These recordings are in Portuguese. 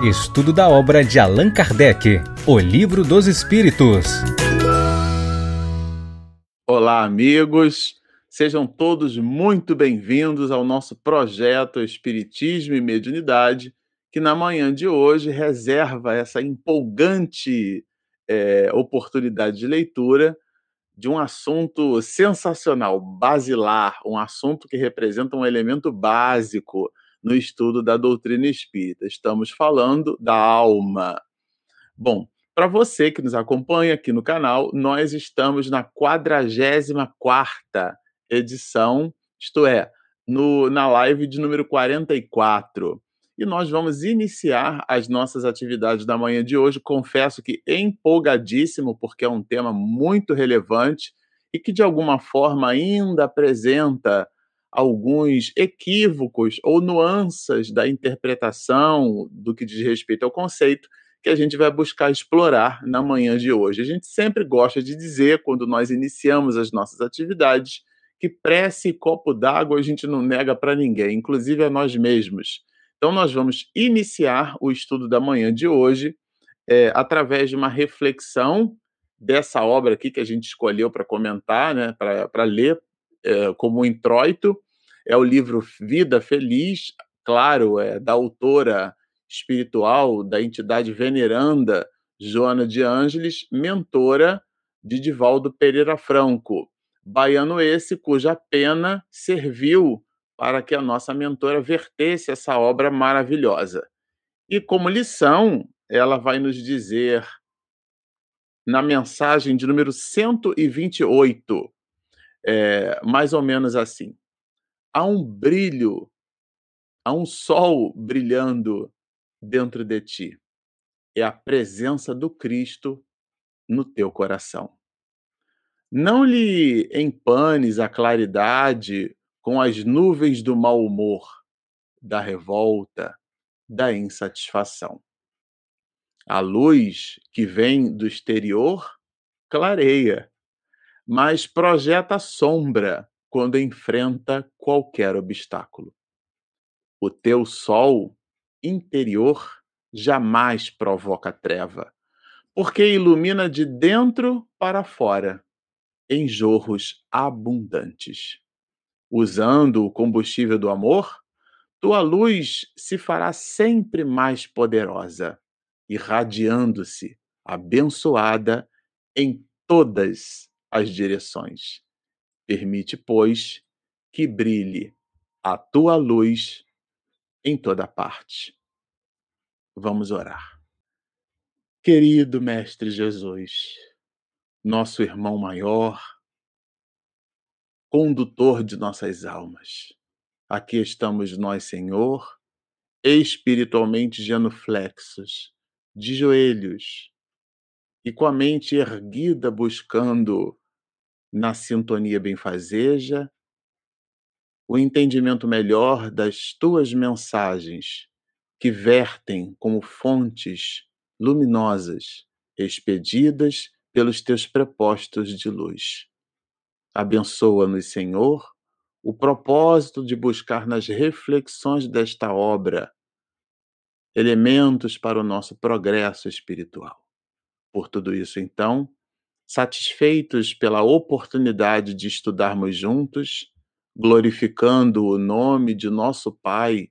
Estudo da obra de Allan Kardec, O Livro dos Espíritos. Olá, amigos! Sejam todos muito bem-vindos ao nosso projeto Espiritismo e Mediunidade, que na manhã de hoje reserva essa empolgante oportunidade de leitura de um assunto sensacional, basilar, um assunto que representa um elemento básico no estudo da doutrina espírita. Estamos falando da alma. Bom, para você que nos acompanha aqui no canal, nós estamos na 44ª edição, isto é, na live de número 44. E nós vamos iniciar as nossas atividades da manhã de hoje. Confesso que empolgadíssimo, porque é um tema muito relevante e que, de alguma forma, ainda apresenta alguns equívocos ou nuances da interpretação do que diz respeito ao conceito que a gente vai buscar explorar na manhã de hoje. A gente sempre gosta de dizer, quando nós iniciamos as nossas atividades, que prece e copo d'água a gente não nega para ninguém, inclusive a nós mesmos. Então, nós vamos iniciar o estudo da manhã de hoje através de uma reflexão dessa obra aqui que a gente escolheu para comentar, né, para ler como um introito. É o livro Vida Feliz, claro, da autora espiritual da entidade veneranda Joana de Ângeles, mentora de Divaldo Pereira Franco, baiano esse cuja pena serviu para que a nossa mentora vertesse essa obra maravilhosa. E como lição, ela vai nos dizer na mensagem de número 128, mais ou menos assim: há um brilho, há um sol brilhando dentro de ti. É a presença do Cristo no teu coração. Não lhe empanes a claridade com as nuvens do mau humor, da revolta, da insatisfação. A luz que vem do exterior clareia, mas projeta sombra quando enfrenta qualquer obstáculo. O teu sol interior jamais provoca treva, porque ilumina de dentro para fora, em jorros abundantes. Usando o combustível do amor, tua luz se fará sempre mais poderosa, irradiando-se, abençoada em todas as direções. Permite, pois, que brilhe a tua luz em toda parte. Vamos orar. Querido Mestre Jesus, nosso irmão maior, condutor de nossas almas, aqui estamos nós, Senhor, espiritualmente genuflexos, de joelhos e com a mente erguida, buscando na sintonia benfazeja o entendimento melhor das tuas mensagens que vertem como fontes luminosas, expedidas pelos teus prepostos de luz. Abençoa-nos, Senhor, o propósito de buscar nas reflexões desta obra elementos para o nosso progresso espiritual. Por tudo isso, então, satisfeitos pela oportunidade de estudarmos juntos, glorificando o nome de nosso Pai,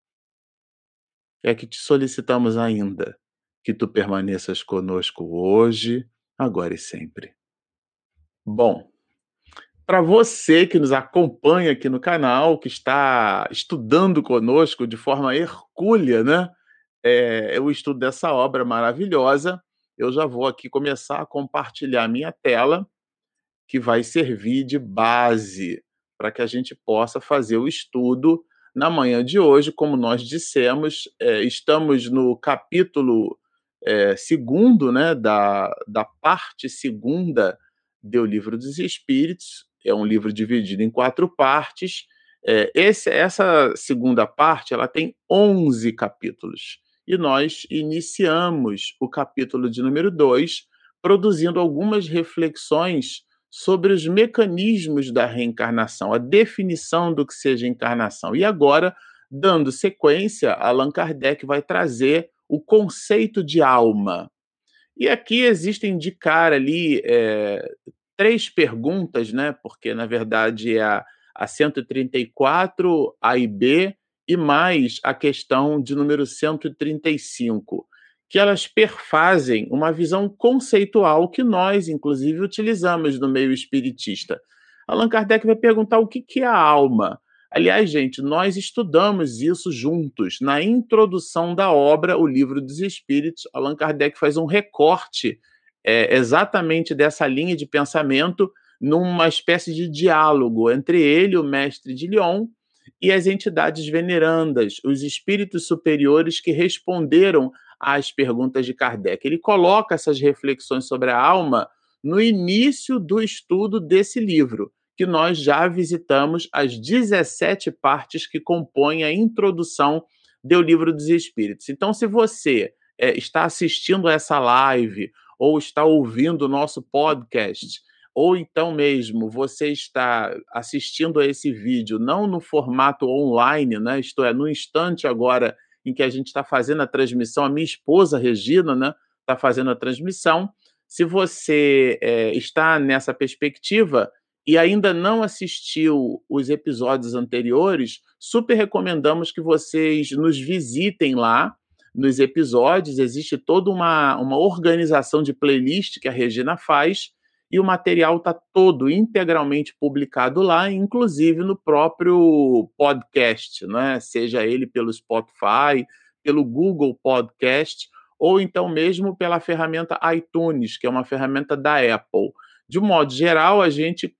é que te solicitamos ainda que tu permaneças conosco hoje, agora e sempre. Bom, para você que nos acompanha aqui no canal, que está estudando conosco de forma hercúlea, né, o estudo dessa obra maravilhosa, eu já vou aqui começar a compartilhar minha tela, que vai servir de base para que a gente possa fazer o estudo na manhã de hoje. Como nós dissemos, estamos no capítulo segundo, né, da parte segunda do Livro dos Espíritos. É um livro dividido em 4 partes. Essa segunda parte ela tem 11 capítulos. E nós iniciamos o capítulo de número 2, produzindo algumas reflexões sobre os mecanismos da reencarnação, a definição do que seja encarnação. E agora, dando sequência, Allan Kardec vai trazer o conceito de alma. E aqui existem de cara ali 3 perguntas, né, porque na verdade é a 134, A e B, e mais a questão de número 135, que elas perfazem uma visão conceitual que nós, inclusive, utilizamos no meio espiritista. Allan Kardec vai perguntar o que é a alma. Aliás, gente, nós estudamos isso juntos. Na introdução da obra, O Livro dos Espíritos, Allan Kardec faz um recorte exatamente dessa linha de pensamento numa espécie de diálogo entre ele, o mestre de Lyon, e as entidades venerandas, os espíritos superiores que responderam às perguntas de Kardec. Ele coloca essas reflexões sobre a alma no início do estudo desse livro, que nós já visitamos as 17 partes que compõem a introdução do Livro dos Espíritos. Então, se você está assistindo a essa live ou está ouvindo o nosso podcast, ou então mesmo você está assistindo a esse vídeo não no formato online, né? Isto é, no instante agora em que a gente está fazendo a transmissão, a minha esposa Regina, né, está fazendo a transmissão. Se você está nessa perspectiva e ainda não assistiu os episódios anteriores, super recomendamos que vocês nos visitem lá nos episódios. Existe toda uma organização de playlist que a Regina faz, e o material está todo integralmente publicado lá, inclusive no próprio podcast, né? Seja ele pelo Spotify, pelo Google Podcast, ou então mesmo pela ferramenta iTunes, que é uma ferramenta da Apple. De um modo geral, a gente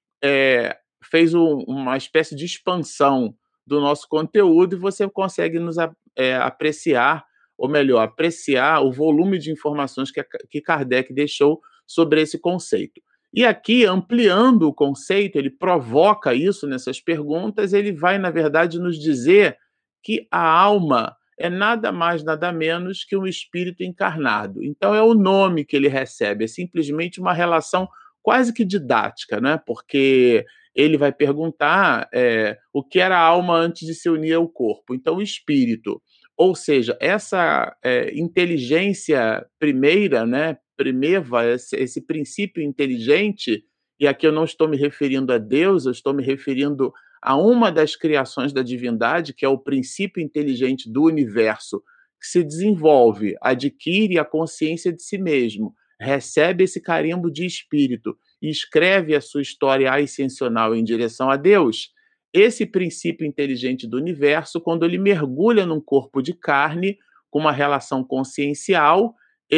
fez uma espécie de expansão do nosso conteúdo, e você consegue nos apreciar, ou melhor, apreciar o volume de informações que Kardec deixou sobre esse conceito. E aqui, ampliando o conceito, ele provoca isso nessas perguntas, ele vai, na verdade, nos dizer que a alma é nada mais, nada menos que um espírito encarnado. Então, é o nome que ele recebe, é simplesmente uma relação quase que didática, né? Porque ele vai perguntar o que era a alma antes de se unir ao corpo. Então, o espírito, ou seja, essa inteligência primeira, né, primeva, esse princípio inteligente, e aqui eu não estou me referindo a Deus, eu estou me referindo a uma das criações da divindade, que é o princípio inteligente do universo, que se desenvolve, adquire a consciência de si mesmo, recebe esse carimbo de espírito e escreve a sua história ascensional em direção a Deus. Esse princípio inteligente do universo, quando ele mergulha num corpo de carne, com uma relação consciencial,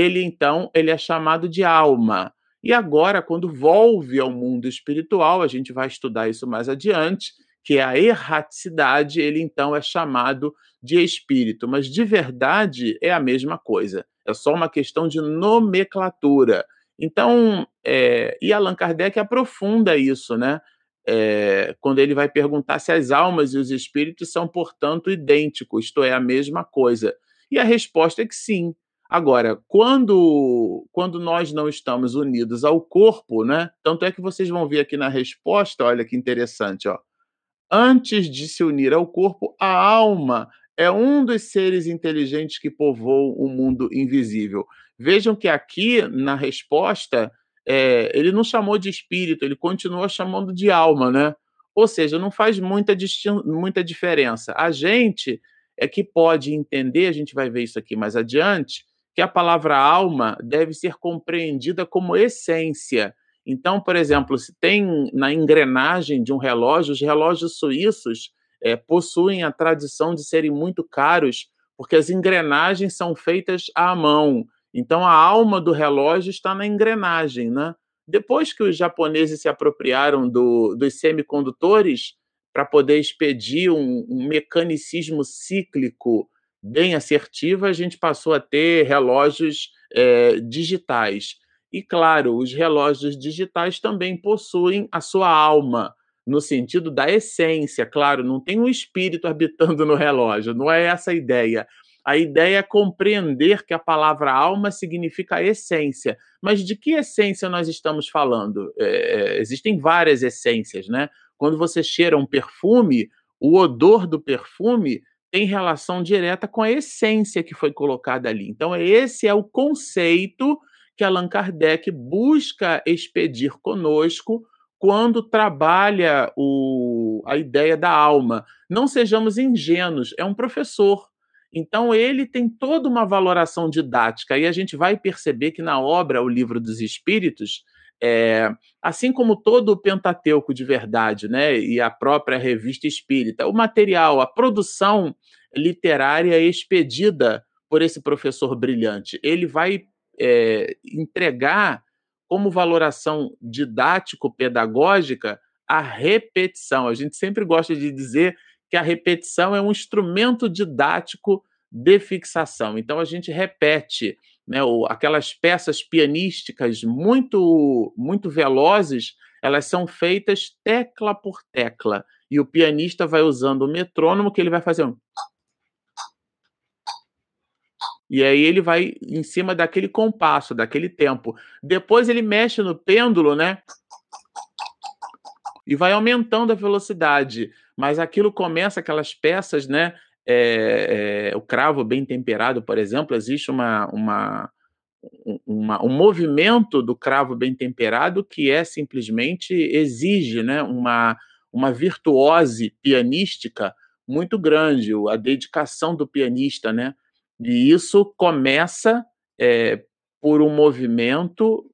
ele é chamado de alma. E agora, quando volve ao mundo espiritual, a gente vai estudar isso mais adiante, que é a erraticidade, ele então é chamado de espírito. Mas de verdade é a mesma coisa. É só uma questão de nomenclatura. Então, e Allan Kardec aprofunda isso, né? Quando ele vai perguntar se as almas e os espíritos são, portanto, idênticos, isto é, a mesma coisa. E a resposta é que sim. Agora, quando nós não estamos unidos ao corpo, né? Tanto é que vocês vão ver aqui na resposta, olha que interessante, ó. Antes de se unir ao corpo, a alma é um dos seres inteligentes que povoam o mundo invisível. Vejam que aqui, na resposta, ele não chamou de espírito, ele continua chamando de alma, né? Ou seja, não faz muita diferença. A gente é que pode entender, a gente vai ver isso aqui mais adiante, que a palavra alma deve ser compreendida como essência. Então, por exemplo, se tem na engrenagem de um relógio, os relógios suíços possuem a tradição de serem muito caros, porque as engrenagens são feitas à mão. Então, a alma do relógio está na engrenagem, né? Depois que os japoneses se apropriaram dos semicondutores para poder expedir um mecanicismo cíclico bem assertivo, a gente passou a ter relógios digitais. E, claro, os relógios digitais também possuem a sua alma, no sentido da essência. Claro, não tem um espírito habitando no relógio, não é essa a ideia. A ideia é compreender que a palavra alma significa essência. Mas de que essência nós estamos falando? Existem várias essências, né? Quando você cheira um perfume, o odor do perfume tem relação direta com a essência que foi colocada ali. Então, esse é o conceito que Allan Kardec busca expedir conosco quando trabalha a ideia da alma. Não sejamos ingênuos, é um professor. Então, ele tem toda uma valoração didática, e a gente vai perceber que na obra O Livro dos Espíritos, assim como todo o Pentateuco de verdade, né, e a própria Revista Espírita, o material, a produção literária expedida por esse professor brilhante, ele vai entregar como valoração didático-pedagógica a repetição. A gente sempre gosta de dizer que a repetição é um instrumento didático de fixação. Então, a gente repete, né, aquelas peças pianísticas muito velozes, elas são feitas tecla por tecla. E o pianista vai usando o metrônomo, que ele vai fazer um... E aí ele vai em cima daquele compasso, daquele tempo. Depois ele mexe no pêndulo, né? E vai aumentando a velocidade. Mas aquilo começa, aquelas peças, né? O cravo bem temperado, por exemplo, existe um movimento do cravo bem temperado que simplesmente exige, né, uma virtuose pianística muito grande, a dedicação do pianista, né? E isso começa por um movimento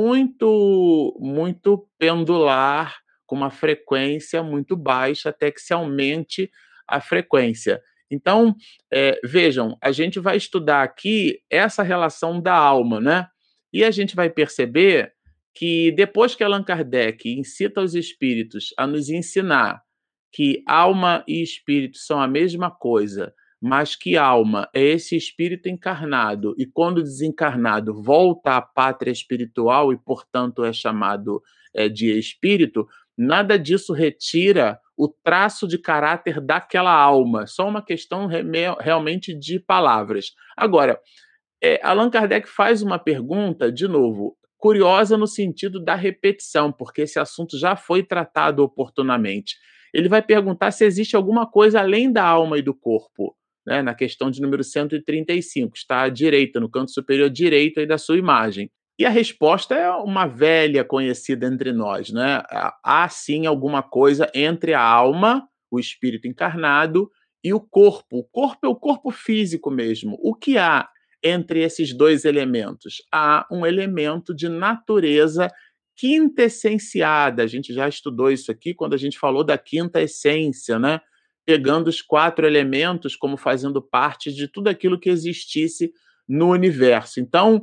muito pendular, com uma frequência muito baixa, até que se aumente a frequência. Então, vejam, a gente vai estudar aqui essa relação da alma, né? E a gente vai perceber que depois que Allan Kardec incita os espíritos a nos ensinar que alma e espírito são a mesma coisa, mas que alma é esse espírito encarnado e, quando desencarnado, volta à pátria espiritual e, portanto, é chamado de espírito, nada disso retira o traço de caráter daquela alma, só uma questão realmente de palavras. Agora, Allan Kardec faz uma pergunta, de novo, curiosa no sentido da repetição, porque esse assunto já foi tratado oportunamente. Ele vai perguntar se existe alguma coisa além da alma e do corpo, né, na questão de número 135, está à direita, no canto superior direito aí da sua imagem. E a resposta é uma velha conhecida entre nós, né? Há sim alguma coisa entre a alma, o espírito encarnado, e o corpo. O corpo é o corpo físico mesmo. O que há entre esses dois elementos? Há um elemento de natureza quintessenciada. A gente já estudou isso aqui quando a gente falou da quinta essência, né? Pegando os 4 elementos como fazendo parte de tudo aquilo que existisse no universo. Então,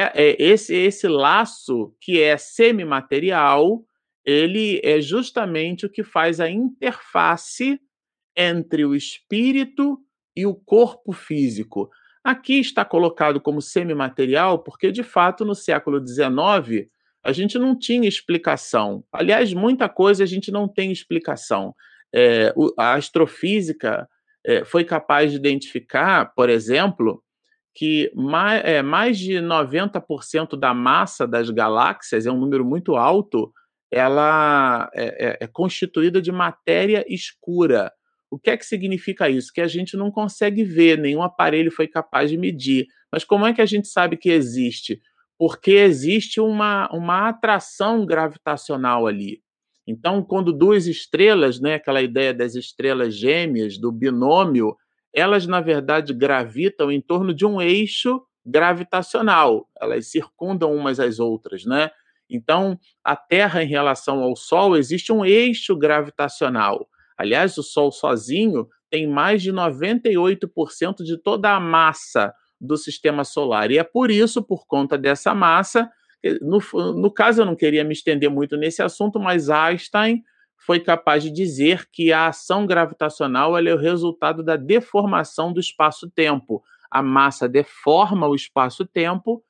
esse laço que é semimaterial, ele é justamente o que faz a interface entre o espírito e o corpo físico. Aqui está colocado como semimaterial porque, de fato, no século XIX, a gente não tinha explicação. Aliás, muita coisa a gente não tem explicação. A astrofísica foi capaz de identificar, por exemplo, que mais de 90% da massa das galáxias, é um número muito alto, ela é constituída de matéria escura. O que é que significa isso? Que a gente não consegue ver, nenhum aparelho foi capaz de medir. Mas como é que a gente sabe que existe? Porque existe uma atração gravitacional ali. Então, quando duas estrelas, né, aquela ideia das estrelas gêmeas, do binômio, elas, na verdade, gravitam em torno de um eixo gravitacional. Elas circundam umas às outras, né? Então, a Terra, em relação ao Sol, existe um eixo gravitacional. Aliás, o Sol sozinho tem mais de 98% de toda a massa do sistema solar. E é por isso, por conta dessa massa, no caso, eu não queria me estender muito nesse assunto, mas Einstein foi capaz de dizer que a ação gravitacional é o resultado da deformação do espaço-tempo. A massa deforma o espaço-tempo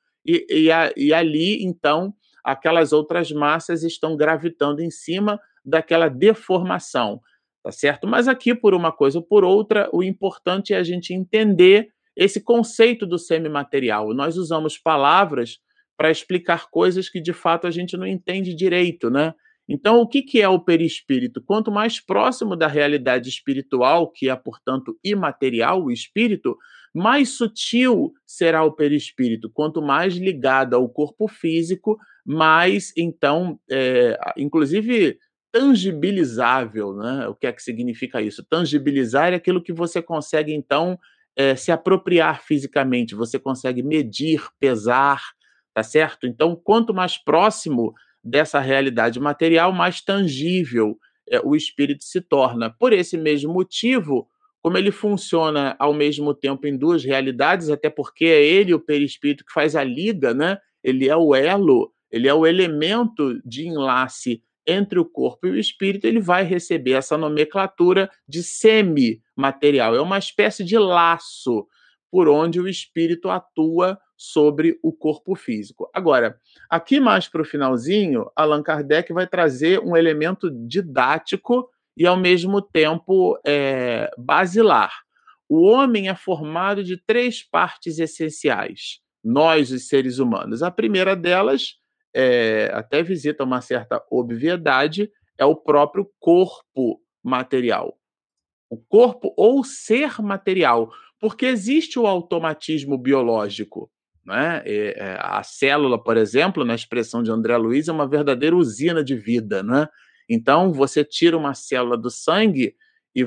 e ali, então, aquelas outras massas estão gravitando em cima daquela deformação, tá certo? Mas aqui, por uma coisa ou por outra, o importante é a gente entender esse conceito do semimaterial. Nós usamos palavras para explicar coisas que, de fato, a gente não entende direito, né? Então, o que que é o perispírito? Quanto mais próximo da realidade espiritual, que é, portanto, imaterial, o espírito, mais sutil será o perispírito. Quanto mais ligado ao corpo físico, mais, então, inclusive tangibilizável, né? O que é que significa isso? Tangibilizar é aquilo que você consegue, então, se apropriar fisicamente, você consegue medir, pesar, tá certo? Então, quanto mais próximo dessa realidade material, mais tangível o espírito se torna. Por esse mesmo motivo, como ele funciona ao mesmo tempo em duas realidades, até porque é ele, o perispírito, que faz a liga, né? Ele é o elo, ele é o elemento de enlace entre o corpo e o espírito, ele vai receber essa nomenclatura de semimaterial. É uma espécie de laço por onde o espírito atua sobre o corpo físico. Agora, aqui mais para o finalzinho, Allan Kardec vai trazer um elemento didático e, ao mesmo tempo, basilar. O homem é formado de três partes essenciais, nós, os seres humanos. A primeira delas, até visita uma certa obviedade, é o próprio corpo material. O corpo ou ser material, porque existe o automatismo biológico, né? A célula, por exemplo, na expressão de André Luiz, é uma verdadeira usina de vida, né? Então, você tira uma célula do sangue e,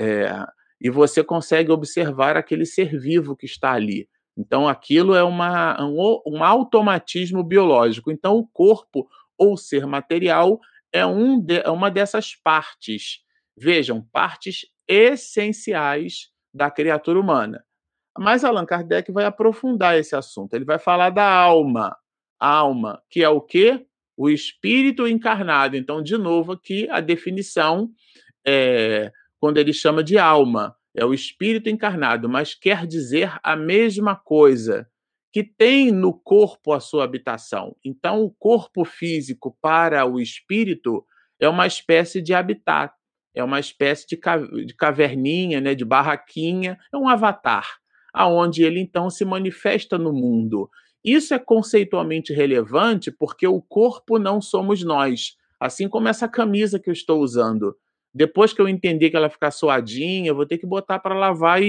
e você consegue observar aquele ser vivo que está ali. Então, aquilo é um automatismo biológico. Então, o corpo ou ser material é uma dessas partes. Vejam, partes essenciais da criatura humana. Mas Allan Kardec vai aprofundar esse assunto. Ele vai falar da alma. A alma, que é o quê? O espírito encarnado. Então, de novo, aqui a definição quando ele chama de alma. É o espírito encarnado, mas quer dizer a mesma coisa, que tem no corpo a sua habitação. Então, o corpo físico para o espírito é uma espécie de habitat, é uma espécie de caverninha, né, de barraquinha, é um avatar, aonde ele então se manifesta no mundo. Isso é conceitualmente relevante porque o corpo não somos nós, assim como essa camisa que eu estou usando. Depois que eu entender que ela ficar suadinha, eu vou ter que botar para lavar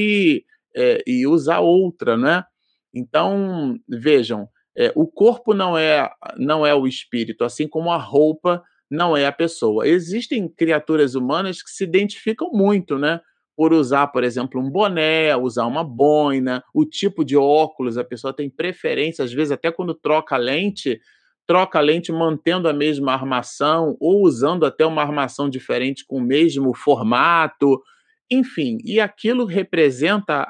e usar outra, né? Então, vejam, o corpo não é o espírito, assim como a roupa não é a pessoa. Existem criaturas humanas que se identificam muito, né? Por usar, por exemplo, um boné, usar uma boina, o tipo de óculos, a pessoa tem preferência, às vezes até quando troca a lente mantendo a mesma armação ou usando até uma armação diferente com o mesmo formato, enfim, e aquilo representa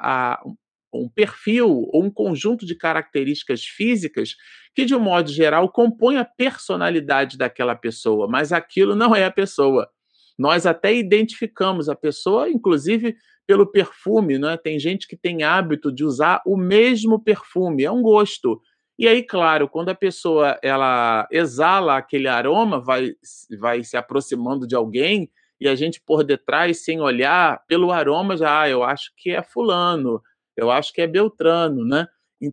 um perfil ou um conjunto de características físicas que, de um modo geral, compõe a personalidade daquela pessoa, mas aquilo não é a pessoa. Nós até identificamos a pessoa, inclusive pelo perfume, né? Tem gente que tem hábito de usar o mesmo perfume, é um gosto. E aí, claro, quando a pessoa ela exala aquele aroma, vai se aproximando de alguém e a gente por detrás, sem olhar, pelo aroma já, eu acho que é fulano, eu acho que é Beltrano, né?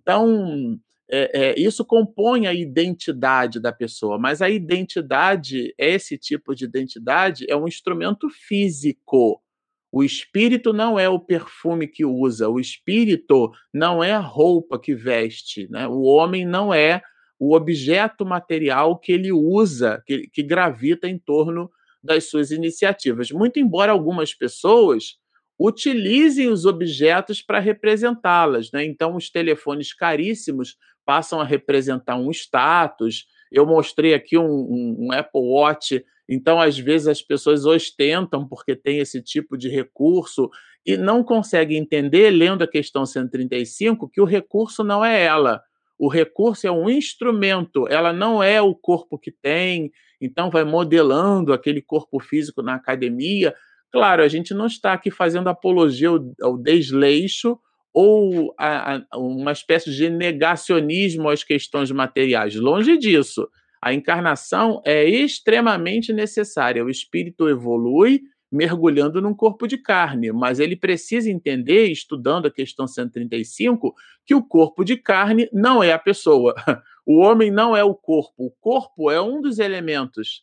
Então, isso compõe a identidade da pessoa, mas a identidade, esse tipo de identidade, é um instrumento físico. O espírito não é o perfume que usa, o espírito não é a roupa que veste, né? O homem não é o objeto material que ele usa, que gravita em torno das suas iniciativas. Muito embora algumas pessoas utilizem os objetos para representá-las, né? Então, os telefones caríssimos passam a representar um status. Eu mostrei aqui um Apple Watch, então, às vezes, as pessoas ostentam porque tem esse tipo de recurso e não conseguem entender, lendo a questão 135, que o recurso não é ela. O recurso é um instrumento, ela não é o corpo que tem, então vai modelando aquele corpo físico na academia. Claro, a gente não está aqui fazendo apologia ao desleixo ou uma espécie de negacionismo às questões materiais. Longe disso. A encarnação é extremamente necessária. O espírito evolui mergulhando num corpo de carne, mas ele precisa entender, estudando a questão 135, que o corpo de carne não é a pessoa. O homem não é o corpo é um dos elementos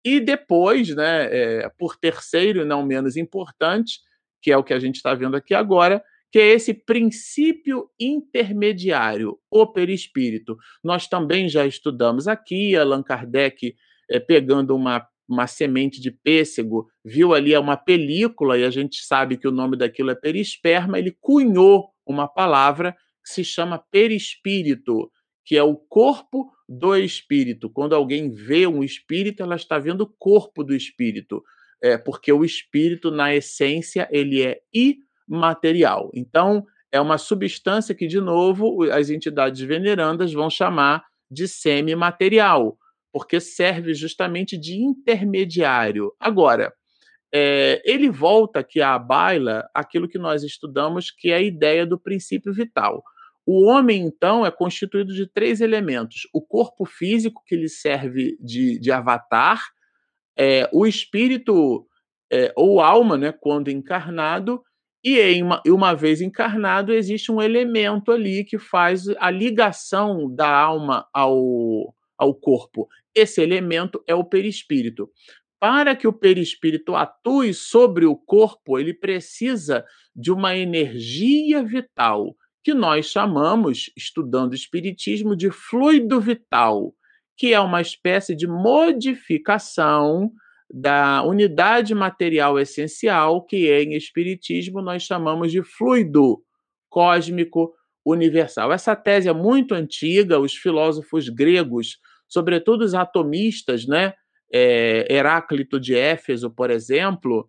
E depois, né, por terceiro e não menos importante, que é o que a gente está vendo aqui agora, que é esse princípio intermediário, o perispírito. Nós também já estudamos aqui, Allan Kardec, pegando uma semente de pêssego, viu ali uma película, e a gente sabe que o nome daquilo é perisperma, ele cunhou uma palavra que se chama perispírito, que é o corpo do espírito. Quando alguém vê um espírito, ela está vendo o corpo do espírito, porque o espírito, na essência, ele é imaterial. Então, é uma substância que, de novo, as entidades venerandas vão chamar de semimaterial, porque serve justamente de intermediário. Agora, ele volta aqui à baila aquilo que nós estudamos, que é a ideia do princípio vital. O homem, então, é constituído de três elementos: o corpo físico, que lhe serve de avatar, o espírito, ou alma, né, quando encarnado, e uma vez encarnado, existe um elemento ali que faz a ligação da alma ao corpo. Esse elemento é o perispírito. Para que o perispírito atue sobre o corpo, ele precisa de uma energia vital, que nós chamamos, estudando espiritismo, de fluido vital, que é uma espécie de modificação da unidade material essencial, que em espiritismo nós chamamos de fluido cósmico universal. Essa tese é muito antiga, os filósofos gregos, sobretudo os atomistas, né, Heráclito de Éfeso, por exemplo,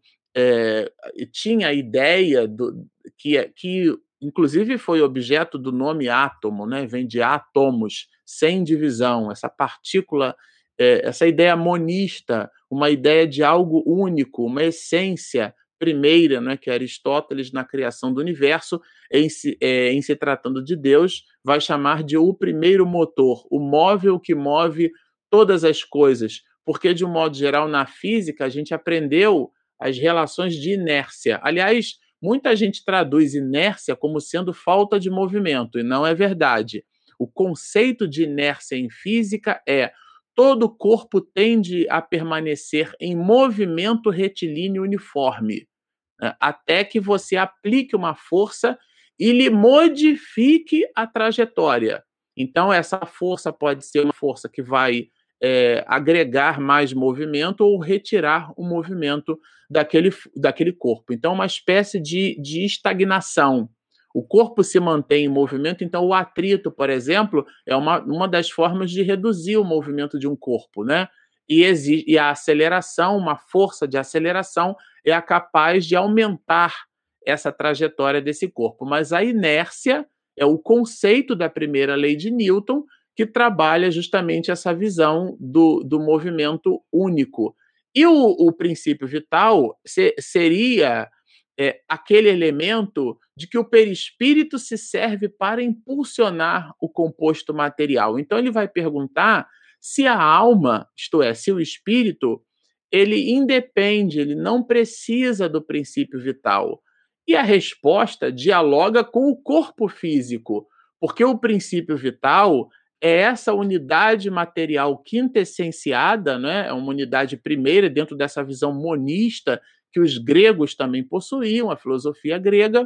tinha a ideia que inclusive foi objeto do nome átomo, né? Vem de átomos, sem divisão, essa partícula, essa ideia monista, uma ideia de algo único, uma essência primeira, né, que Aristóteles, na criação do universo, em se tratando de Deus, vai chamar de o primeiro motor, o móvel que move todas as coisas, porque, de um modo geral, na física, a gente aprendeu as relações de inércia. Aliás, muita gente traduz inércia como sendo falta de movimento, e não é verdade. O conceito de inércia em física é todo corpo tende a permanecer em movimento retilíneo uniforme, né, até que você aplique uma força e lhe modifique a trajetória. Então, essa força pode ser uma força que vai agregar mais movimento ou retirar o movimento daquele corpo. Então, uma espécie de estagnação. O corpo se mantém em movimento, então o atrito, por exemplo, é uma das formas de reduzir o movimento de um corpo, né? E a aceleração, uma força de aceleração, é capaz de aumentar essa trajetória desse corpo. Mas a inércia é o conceito da primeira lei de Newton, que trabalha justamente essa visão do movimento único. E o princípio vital seria aquele elemento de que o perispírito se serve para impulsionar o composto material. Então, ele vai perguntar se a alma, isto é, se o espírito, ele independe, ele não precisa do princípio vital. E a resposta dialoga com o corpo físico, porque o princípio vital é essa unidade material quintessenciada, né? É uma unidade primeira dentro dessa visão monista que os gregos também possuíam, a filosofia grega.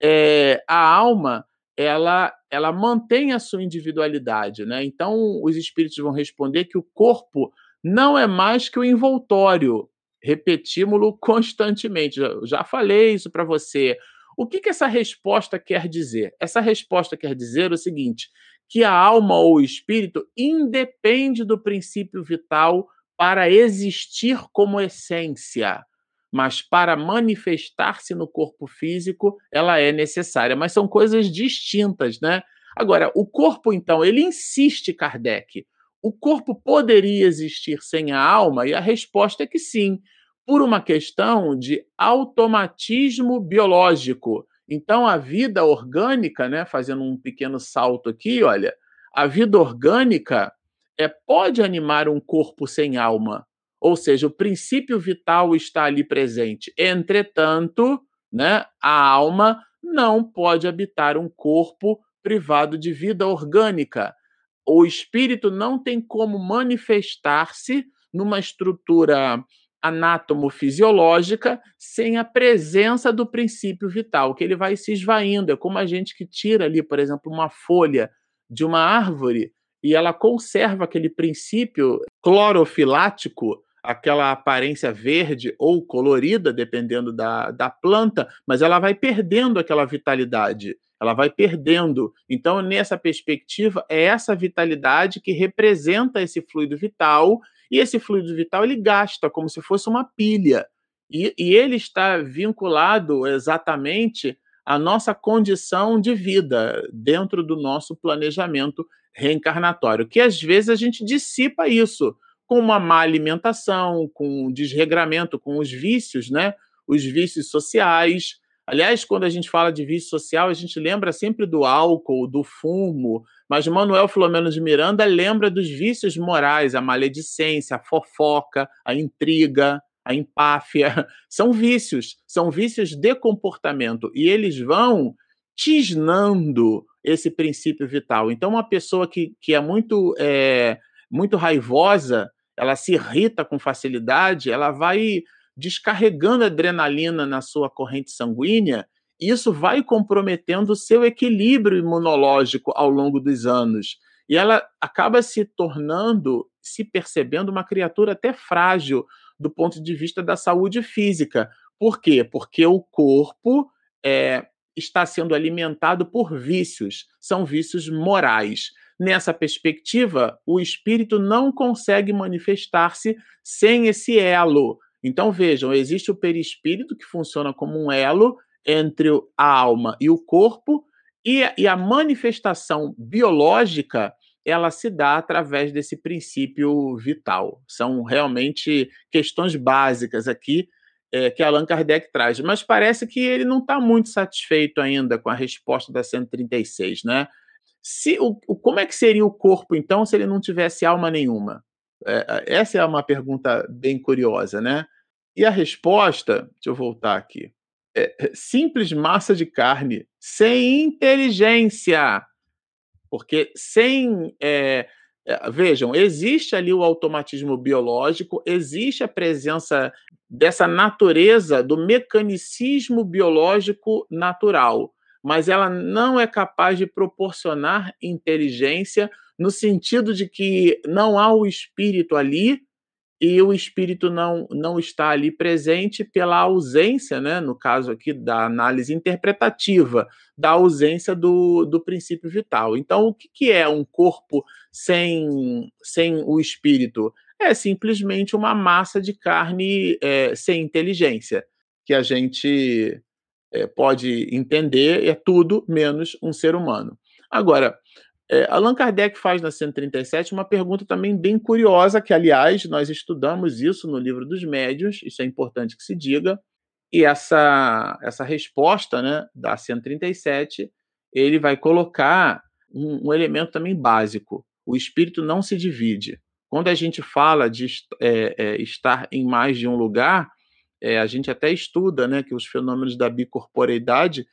A alma, ela mantém a sua individualidade, né? Então, os espíritos vão responder que o corpo não é mais que o envoltório. Repetimos-lo constantemente. Já falei isso para você. O que essa resposta quer dizer? Essa resposta quer dizer o seguinte: que a alma ou o espírito independe do princípio vital para existir como essência, mas para manifestar-se no corpo físico, ela é necessária. Mas são coisas distintas, né? Agora, o corpo, então, ele insiste, Kardec. O corpo poderia existir sem a alma? E a resposta é que sim, por uma questão de automatismo biológico. Então, a vida orgânica, né, fazendo um pequeno salto aqui, olha, a vida orgânica pode animar um corpo sem alma, ou seja, o princípio vital está ali presente. Entretanto, né, a alma não pode habitar um corpo privado de vida orgânica. O espírito não tem como manifestar-se numa estrutura anátomo-fisiológica sem a presença do princípio vital, que ele vai se esvaindo. É como a gente que tira ali, por exemplo, uma folha de uma árvore e ela conserva aquele princípio clorofilático, aquela aparência verde ou colorida, dependendo da planta, mas ela vai perdendo aquela vitalidade, ela vai perdendo. Então, nessa perspectiva, é essa vitalidade que representa esse fluido vital, e esse fluido vital ele gasta como se fosse uma pilha. E ele está vinculado exatamente à nossa condição de vida, dentro do nosso planejamento reencarnatório, que às vezes a gente dissipa isso com uma má alimentação, com um desregramento, com os vícios, né? Os vícios sociais. Aliás, quando a gente fala de vício social, a gente lembra sempre do álcool, do fumo, mas Manuel Filomeno de Miranda lembra dos vícios morais, a maledicência, a fofoca, a intriga, a empáfia. São vícios de comportamento, e eles vão tisnando esse princípio vital. Então, uma pessoa que é muito raivosa, ela se irrita com facilidade, ela vai descarregando adrenalina na sua corrente sanguínea, e isso vai comprometendo o seu equilíbrio imunológico ao longo dos anos. E ela acaba se tornando, se percebendo uma criatura até frágil do ponto de vista da saúde física. Por quê? Porque o corpo está sendo alimentado por vícios, são vícios morais. Nessa perspectiva, o espírito não consegue manifestar-se sem esse elo. Então, vejam, existe o perispírito, que funciona como um elo entre a alma e o corpo, e a manifestação biológica ela se dá através desse princípio vital. São realmente questões básicas aqui que Allan Kardec traz. Mas parece que ele não está muito satisfeito ainda com a resposta da 136, né? Como é que seria o corpo, então, se ele não tivesse alma nenhuma? Essa é uma pergunta bem curiosa, né? E a resposta, deixa eu voltar aqui, simples massa de carne, sem inteligência. Porque vejam, existe ali o automatismo biológico, existe a presença dessa natureza do mecanicismo biológico natural, mas ela não é capaz de proporcionar inteligência no sentido de que não há o espírito ali e o espírito não está ali presente pela ausência, né, no caso aqui da análise interpretativa, da ausência do princípio vital. Então, o que é um corpo sem o espírito? É simplesmente uma massa de carne sem inteligência, que a gente pode entender, é tudo menos um ser humano. Agora, Allan Kardec faz na 137 uma pergunta também bem curiosa, que, aliás, nós estudamos isso no Livro dos Médiuns, isso é importante que se diga, e essa resposta, né, da 137, ele vai colocar um elemento também básico: o espírito não se divide. Quando a gente fala de estar em mais de um lugar, a gente até estuda, né, que os fenômenos da bicorporeidade,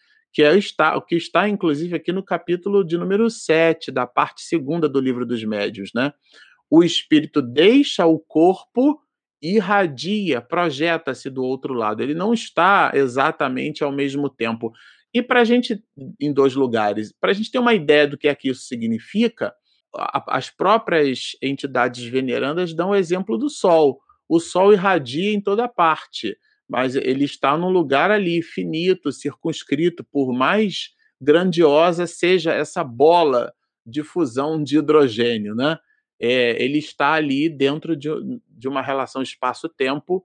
o que está, inclusive, aqui no capítulo de número 7, da parte segunda do Livro dos Médiuns, né? O espírito deixa o corpo, irradia, projeta-se do outro lado. Ele não está exatamente ao mesmo tempo. E para a gente, em dois lugares, para a gente ter uma ideia do que é que isso significa, as próprias entidades venerandas dão o exemplo do Sol. O Sol irradia em toda parte, mas ele está num lugar ali, finito, circunscrito, por mais grandiosa seja essa bola de fusão de hidrogênio, né? Ele está ali dentro de uma relação espaço-tempo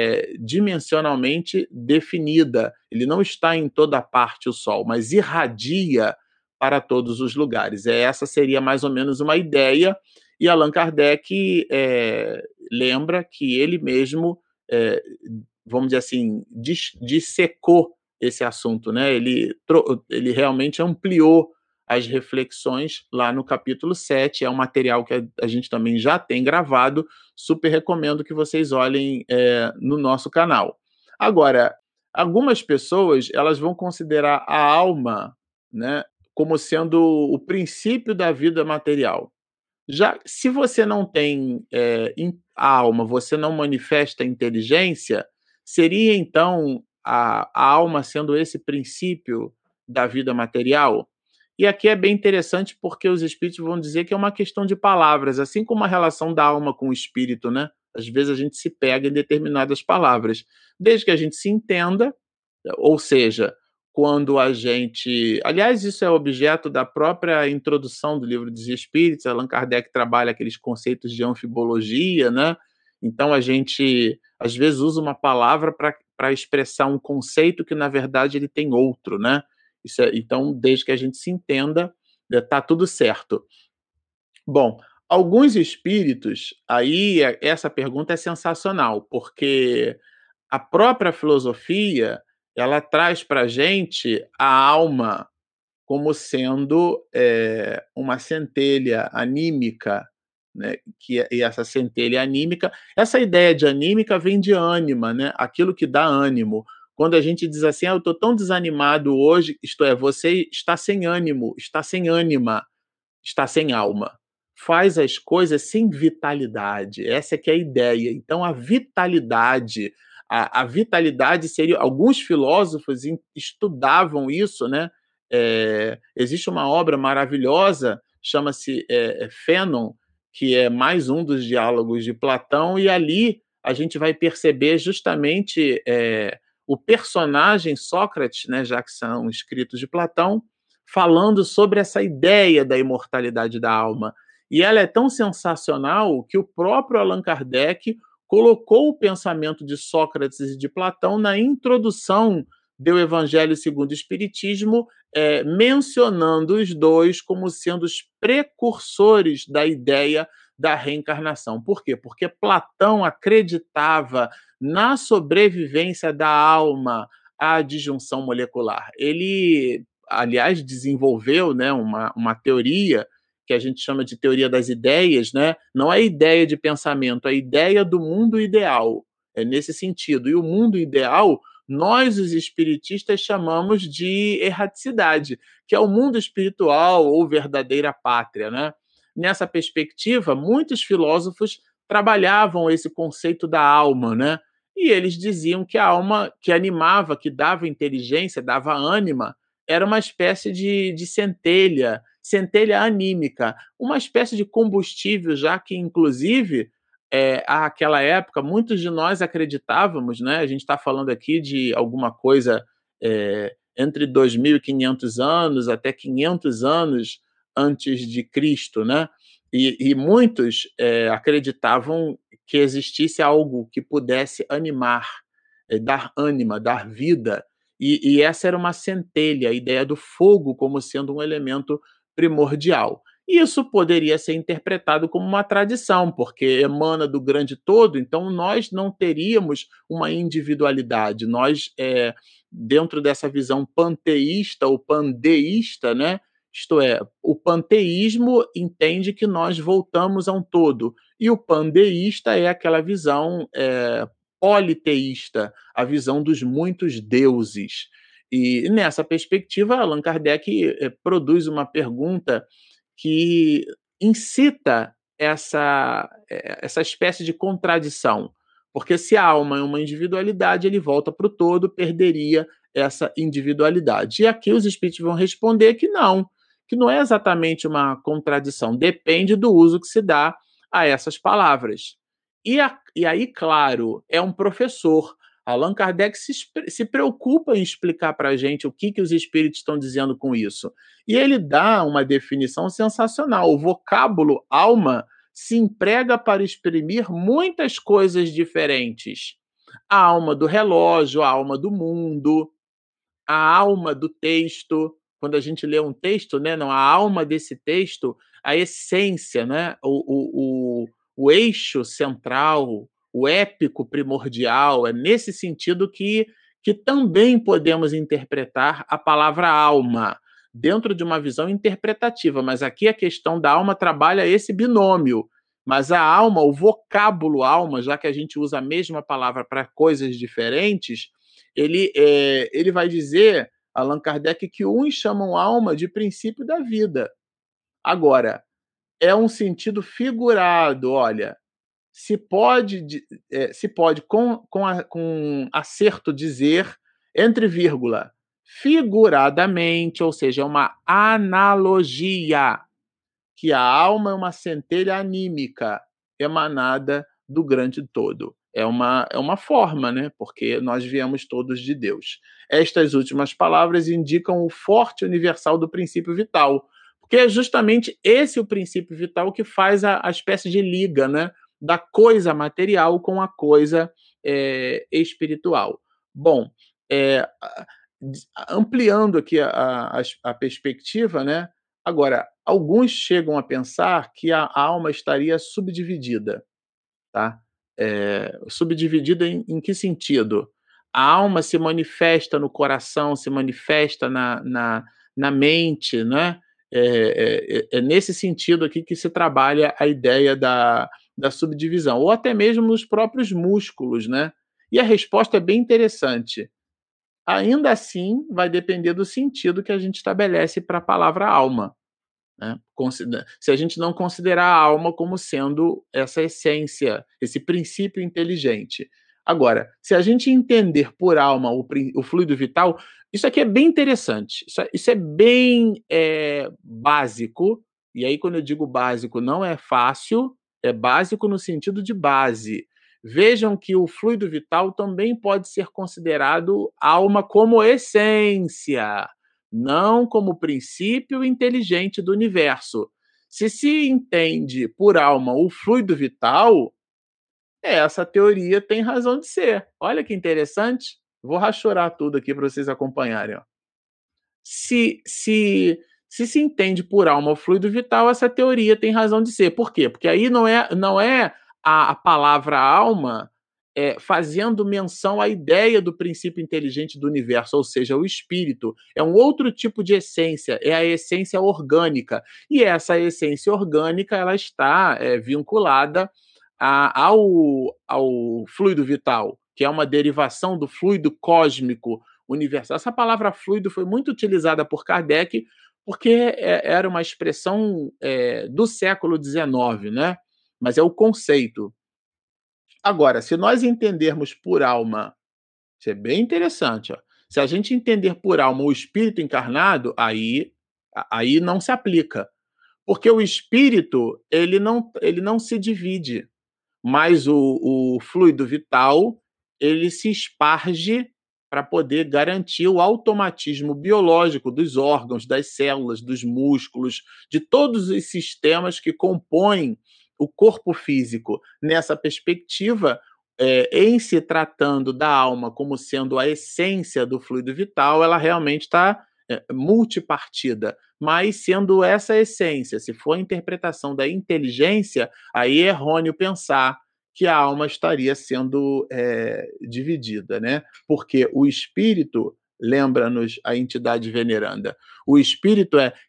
dimensionalmente definida. Ele não está em toda parte, o Sol, mas irradia para todos os lugares. Essa seria mais ou menos uma ideia, e Allan Kardec lembra que ele mesmo, vamos dizer assim, dissecou esse assunto, né? Ele realmente ampliou as reflexões lá no capítulo 7, é um material que a gente também já tem gravado, super recomendo que vocês olhem no nosso canal. Agora, algumas pessoas elas vão considerar a alma, né, como sendo o princípio da vida material. Já se você não tem, a alma, você não manifesta inteligência, seria então a alma sendo esse princípio da vida material? E aqui é bem interessante, porque os espíritos vão dizer que é uma questão de palavras, assim como a relação da alma com o espírito, né. Às vezes a gente se pega em determinadas palavras. Desde que a gente se entenda, ou seja, quando a gente, aliás, isso é objeto da própria introdução do Livro dos Espíritos. Allan Kardec trabalha aqueles conceitos de anfibologia, né. Então a gente, às vezes, usa uma palavra para expressar um conceito que, na verdade, ele tem outro, né. Isso é, então, desde que a gente se entenda, tá tudo certo. Bom, alguns espíritos, aí essa pergunta é sensacional, porque a própria filosofia, ela traz para a gente a alma como sendo, uma centelha anímica, né, e essa centelha anímica, essa ideia de anímica vem de ânima, né, aquilo que dá ânimo. Quando a gente diz assim: "Ah, eu estou tão desanimado hoje", isto é, você está sem ânimo, está sem ânima, está sem alma. Faz as coisas sem vitalidade, essa é que é a ideia. Então a vitalidade, a vitalidade seria, alguns filósofos estudavam isso, né. Existe uma obra maravilhosa, chama-se, Fênon, que é mais um dos diálogos de Platão, e ali a gente vai perceber justamente, o personagem Sócrates, né, já que são escritos de Platão, falando sobre essa ideia da imortalidade da alma. E ela é tão sensacional que o próprio Allan Kardec colocou o pensamento de Sócrates e de Platão na introdução do Evangelho segundo o Espiritismo, mencionando os dois como sendo os precursores da ideia da reencarnação. Por quê? Porque Platão acreditava na sobrevivência da alma à disjunção molecular. Ele, aliás, desenvolveu, né, uma teoria que a gente chama de teoria das ideias, né? Não é ideia de pensamento, é a ideia do mundo ideal. É nesse sentido. E o mundo ideal, nós, os espiritistas, chamamos de erraticidade, que é o mundo espiritual ou verdadeira pátria, né? Nessa perspectiva, muitos filósofos trabalhavam esse conceito da alma, né? E eles diziam que a alma que animava, que dava inteligência, dava ânima, era uma espécie de centelha, centelha anímica, uma espécie de combustível, já que, inclusive, àquela época, muitos de nós acreditávamos, né? A gente está falando aqui de alguma coisa, entre 2.500 anos até 500 anos antes de Cristo, né? E muitos acreditavam que existisse algo que pudesse animar, dar ânima, dar vida, e essa era uma centelha, a ideia do fogo como sendo um elemento primordial. Isso poderia ser interpretado como uma tradição, porque emana do grande todo, então nós não teríamos uma individualidade. Nós, dentro dessa visão panteísta ou pandeísta, né, isto é, o panteísmo entende que nós voltamos a um todo, e o pandeísta é aquela visão, politeísta, a visão dos muitos deuses. E nessa perspectiva, Allan Kardec produz uma pergunta que incita essa espécie de contradição, porque se a alma é uma individualidade, ele volta para o todo, perderia essa individualidade. E aqui os espíritos vão responder que não é exatamente uma contradição, depende do uso que se dá a essas palavras. E aí, claro, é um professor. Allan Kardec se preocupa em explicar para a gente o que os espíritos estão dizendo com isso. E ele dá uma definição sensacional. O vocábulo alma se emprega para exprimir muitas coisas diferentes. A alma do relógio, a alma do mundo, a alma do texto. Quando a gente lê um texto, né, não, a alma desse texto, a essência, né, o eixo central, o épico primordial, é nesse sentido que também podemos interpretar a palavra alma, dentro de uma visão interpretativa, mas aqui a questão da alma trabalha esse binômio. Mas a alma, o vocábulo alma, já que a gente usa a mesma palavra para coisas diferentes, ele vai dizer, Allan Kardec, que uns chamam alma de princípio da vida. Agora, é um sentido figurado, olha, se pode com acerto dizer, entre vírgula, figuradamente, ou seja, é uma analogia, que a alma é uma centelha anímica emanada do grande todo. É uma forma, né? Porque nós viemos todos de Deus. Estas últimas palavras indicam o forte universal do princípio vital, porque é justamente esse o princípio vital que faz a espécie de liga, né? Da coisa material com a coisa espiritual. Bom, é, ampliando aqui a perspectiva, né? Agora, alguns chegam a pensar que a alma estaria subdividida, tá? Subdividida em que sentido? A alma se manifesta no coração, se manifesta na mente, né? É nesse sentido aqui que se trabalha a ideia da subdivisão, ou até mesmo nos próprios músculos, né? E a resposta é bem interessante. Ainda assim, vai depender do sentido que a gente estabelece para a palavra alma, né? Se a gente não considerar a alma como sendo essa essência, esse princípio inteligente. Agora, se a gente entender por alma o fluido vital, isso aqui é bem interessante. Isso é bem básico. E aí, quando eu digo básico, não é fácil, é básico no sentido de base. Vejam que o fluido vital também pode ser considerado alma como essência, não como princípio inteligente do universo. Se entende por alma o fluido vital, essa teoria tem razão de ser. Olha que interessante. Vou rachorar tudo aqui para vocês acompanharem. Ó. Se entende por alma o fluido vital, essa teoria tem razão de ser. Por quê? Porque aí não é a palavra alma fazendo menção à ideia do princípio inteligente do universo, ou seja, o espírito. É um outro tipo de essência, é a essência orgânica. E essa essência orgânica ela está vinculada ao fluido vital, que é uma derivação do fluido cósmico universal. Essa palavra fluido foi muito utilizada por Kardec porque era uma expressão do século XIX, né? Mas é o conceito. Agora, se nós entendermos por alma, isso é bem interessante, ó. Se a gente entender por alma o espírito encarnado, aí não se aplica, porque o espírito ele não se divide, mas o fluido vital ele se esparge para poder garantir o automatismo biológico dos órgãos, das células, dos músculos, de todos os sistemas que compõem o corpo físico. Nessa perspectiva, em se tratando da alma como sendo a essência do fluido vital, ela realmente está multipartida, mas sendo essa essência, se for a interpretação da inteligência, aí é errôneo pensar que a alma estaria sendo dividida, né? Porque o espírito, lembra-nos a entidade veneranda, o espírito é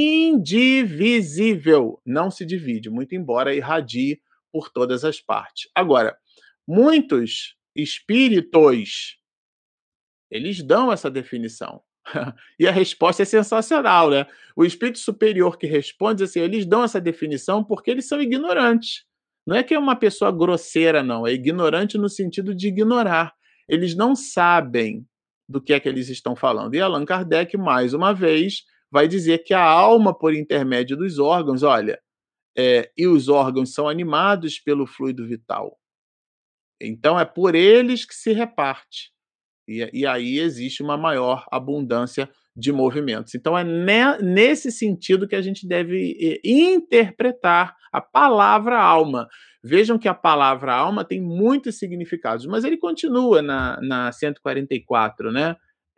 indivisível, não se divide, muito embora irradie por todas as partes. Agora, muitos espíritos, eles dão essa definição. E a resposta é sensacional, né? O espírito superior que responde assim, eles dão essa definição porque eles são ignorantes. Não é que é uma pessoa grosseira, não. É ignorante no sentido de ignorar. Eles não sabem do que é que eles estão falando. E Allan Kardec, mais uma vez, vai dizer que a alma, por intermédio dos órgãos, olha, e os órgãos são animados pelo fluido vital. Então é por eles que se reparte. E aí existe uma maior abundância de movimentos. Então é nesse sentido que a gente deve interpretar a palavra alma. Vejam que a palavra alma tem muitos significados, mas ele continua na 144, né?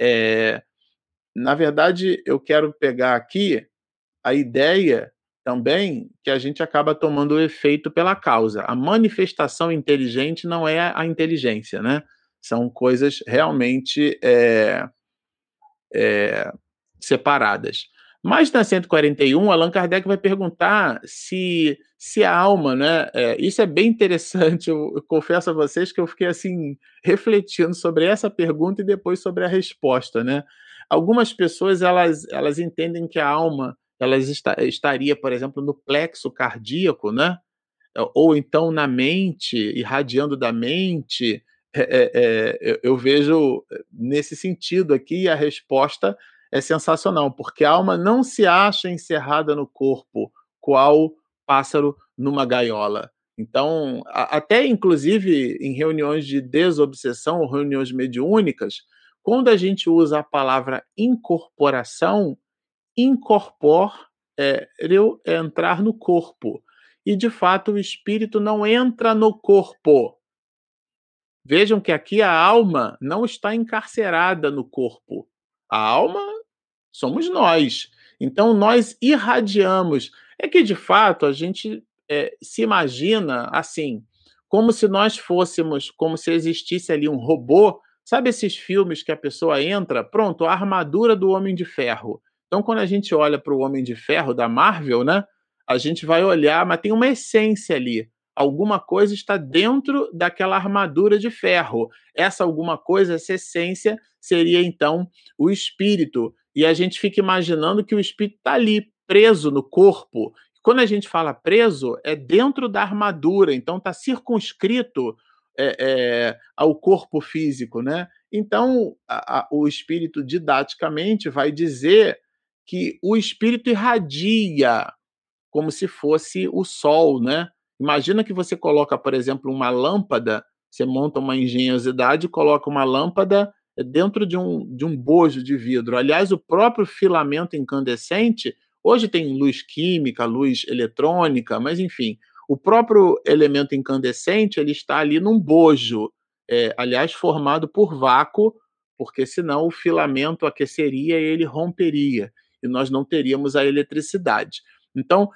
Na verdade, eu quero pegar aqui a ideia também que a gente acaba tomando o efeito pela causa. A manifestação inteligente não é a inteligência, né? São coisas realmente separadas. Mas na 141, Allan Kardec vai perguntar se a alma, né? Isso é bem interessante. Eu confesso a vocês que eu fiquei assim refletindo sobre essa pergunta e depois sobre a resposta, né? Algumas pessoas elas entendem que a alma estaria, por exemplo, no plexo cardíaco, né? Ou então na mente, irradiando da mente. Eu vejo nesse sentido aqui, e a resposta é sensacional, porque a alma não se acha encerrada no corpo, qual pássaro numa gaiola. Então, até inclusive em reuniões de desobsessão ou reuniões mediúnicas, quando a gente usa a palavra incorporação, incorpor é entrar no corpo. E de fato o espírito não entra no corpo. Vejam que aqui a alma não está encarcerada no corpo. A alma somos nós. Então nós irradiamos. É que de fato a gente se imagina assim, como se nós fôssemos, como se existisse ali um robô. Sabe esses filmes que a pessoa entra, pronto, a armadura do Homem de Ferro. Então quando a gente olha para o Homem de Ferro da Marvel, né, a gente vai olhar, mas tem uma essência ali. Alguma coisa está dentro daquela armadura de ferro. Essa alguma coisa, essa essência, seria então o espírito. E a gente fica imaginando que o espírito está ali, preso no corpo. Quando a gente fala preso, é dentro da armadura, então está circunscrito ao corpo físico, né? Então, o espírito didaticamente vai dizer que o espírito irradia como se fosse o sol, né? Imagina que você coloca, por exemplo, uma lâmpada, você monta uma engenhosidade e coloca uma lâmpada dentro de um bojo de vidro. Aliás, o próprio filamento incandescente, hoje tem luz química, luz eletrônica, mas enfim, o próprio elemento incandescente ele está ali num bojo, aliás, formado por vácuo, porque senão o filamento aqueceria e ele romperia, e nós não teríamos a eletricidade. Então,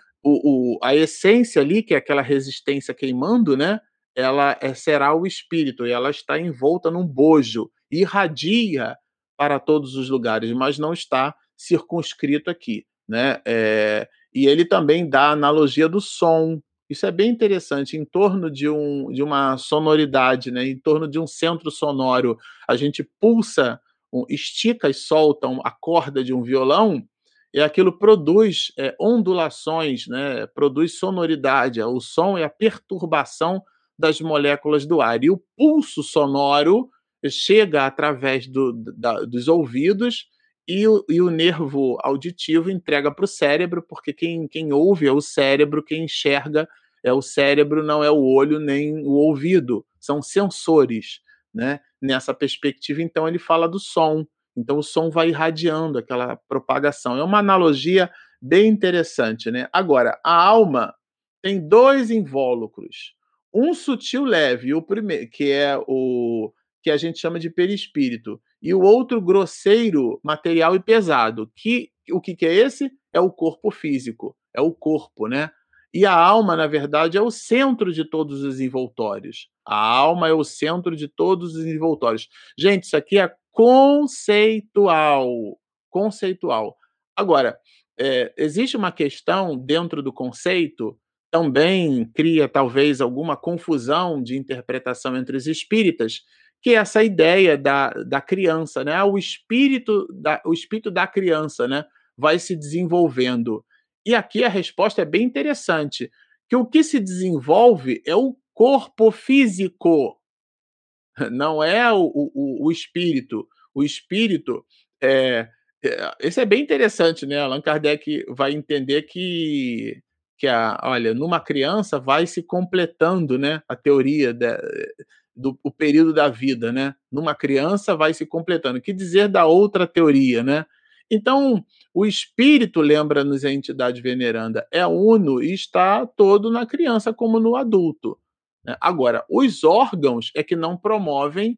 a essência ali, que é aquela resistência queimando, né? Ela será o espírito e ela está envolta num bojo, irradia para todos os lugares, mas não está circunscrito aqui, né? E ele também dá a analogia do som. Isso é bem interessante. Em torno de uma sonoridade, né? Em torno de um centro sonoro, a gente pulsa, estica e solta a corda de um violão e aquilo produz ondulações, né? Produz sonoridade. O som é a perturbação das moléculas do ar. E o pulso sonoro chega através dos ouvidos e o nervo auditivo entrega para o cérebro, porque quem ouve é o cérebro, quem enxerga é o cérebro, não é o olho nem o ouvido. São sensores, né? Nessa perspectiva, então, ele fala do som. Então o som vai irradiando aquela propagação. É uma analogia bem interessante, né? Agora, a alma tem 2 invólucros. Um sutil leve, o primeiro, que é o que a gente chama de perispírito, e o outro grosseiro, material e pesado, que o que é esse? É o corpo físico, é o corpo, né? E a alma, na verdade, é o centro de todos os envoltórios. A alma é o centro de todos os envoltórios. Gente, isso aqui é conceitual, conceitual. Agora, existe uma questão dentro do conceito, também cria talvez alguma confusão de interpretação entre os espíritas, que é essa ideia da criança, né? O espírito da criança, né? Vai se desenvolvendo. E aqui a resposta é bem interessante, que o que se desenvolve é o corpo físico, não é o espírito. O espírito, é, isso é bem interessante, né? Allan Kardec vai entender olha, numa criança vai se completando, né, a teoria do o período da vida, né? Numa criança vai se completando. Que dizer da outra teoria, né? Então, o espírito, lembra-nos a entidade veneranda, é uno e está todo na criança como no adulto, né? Agora, os órgãos é que não promovem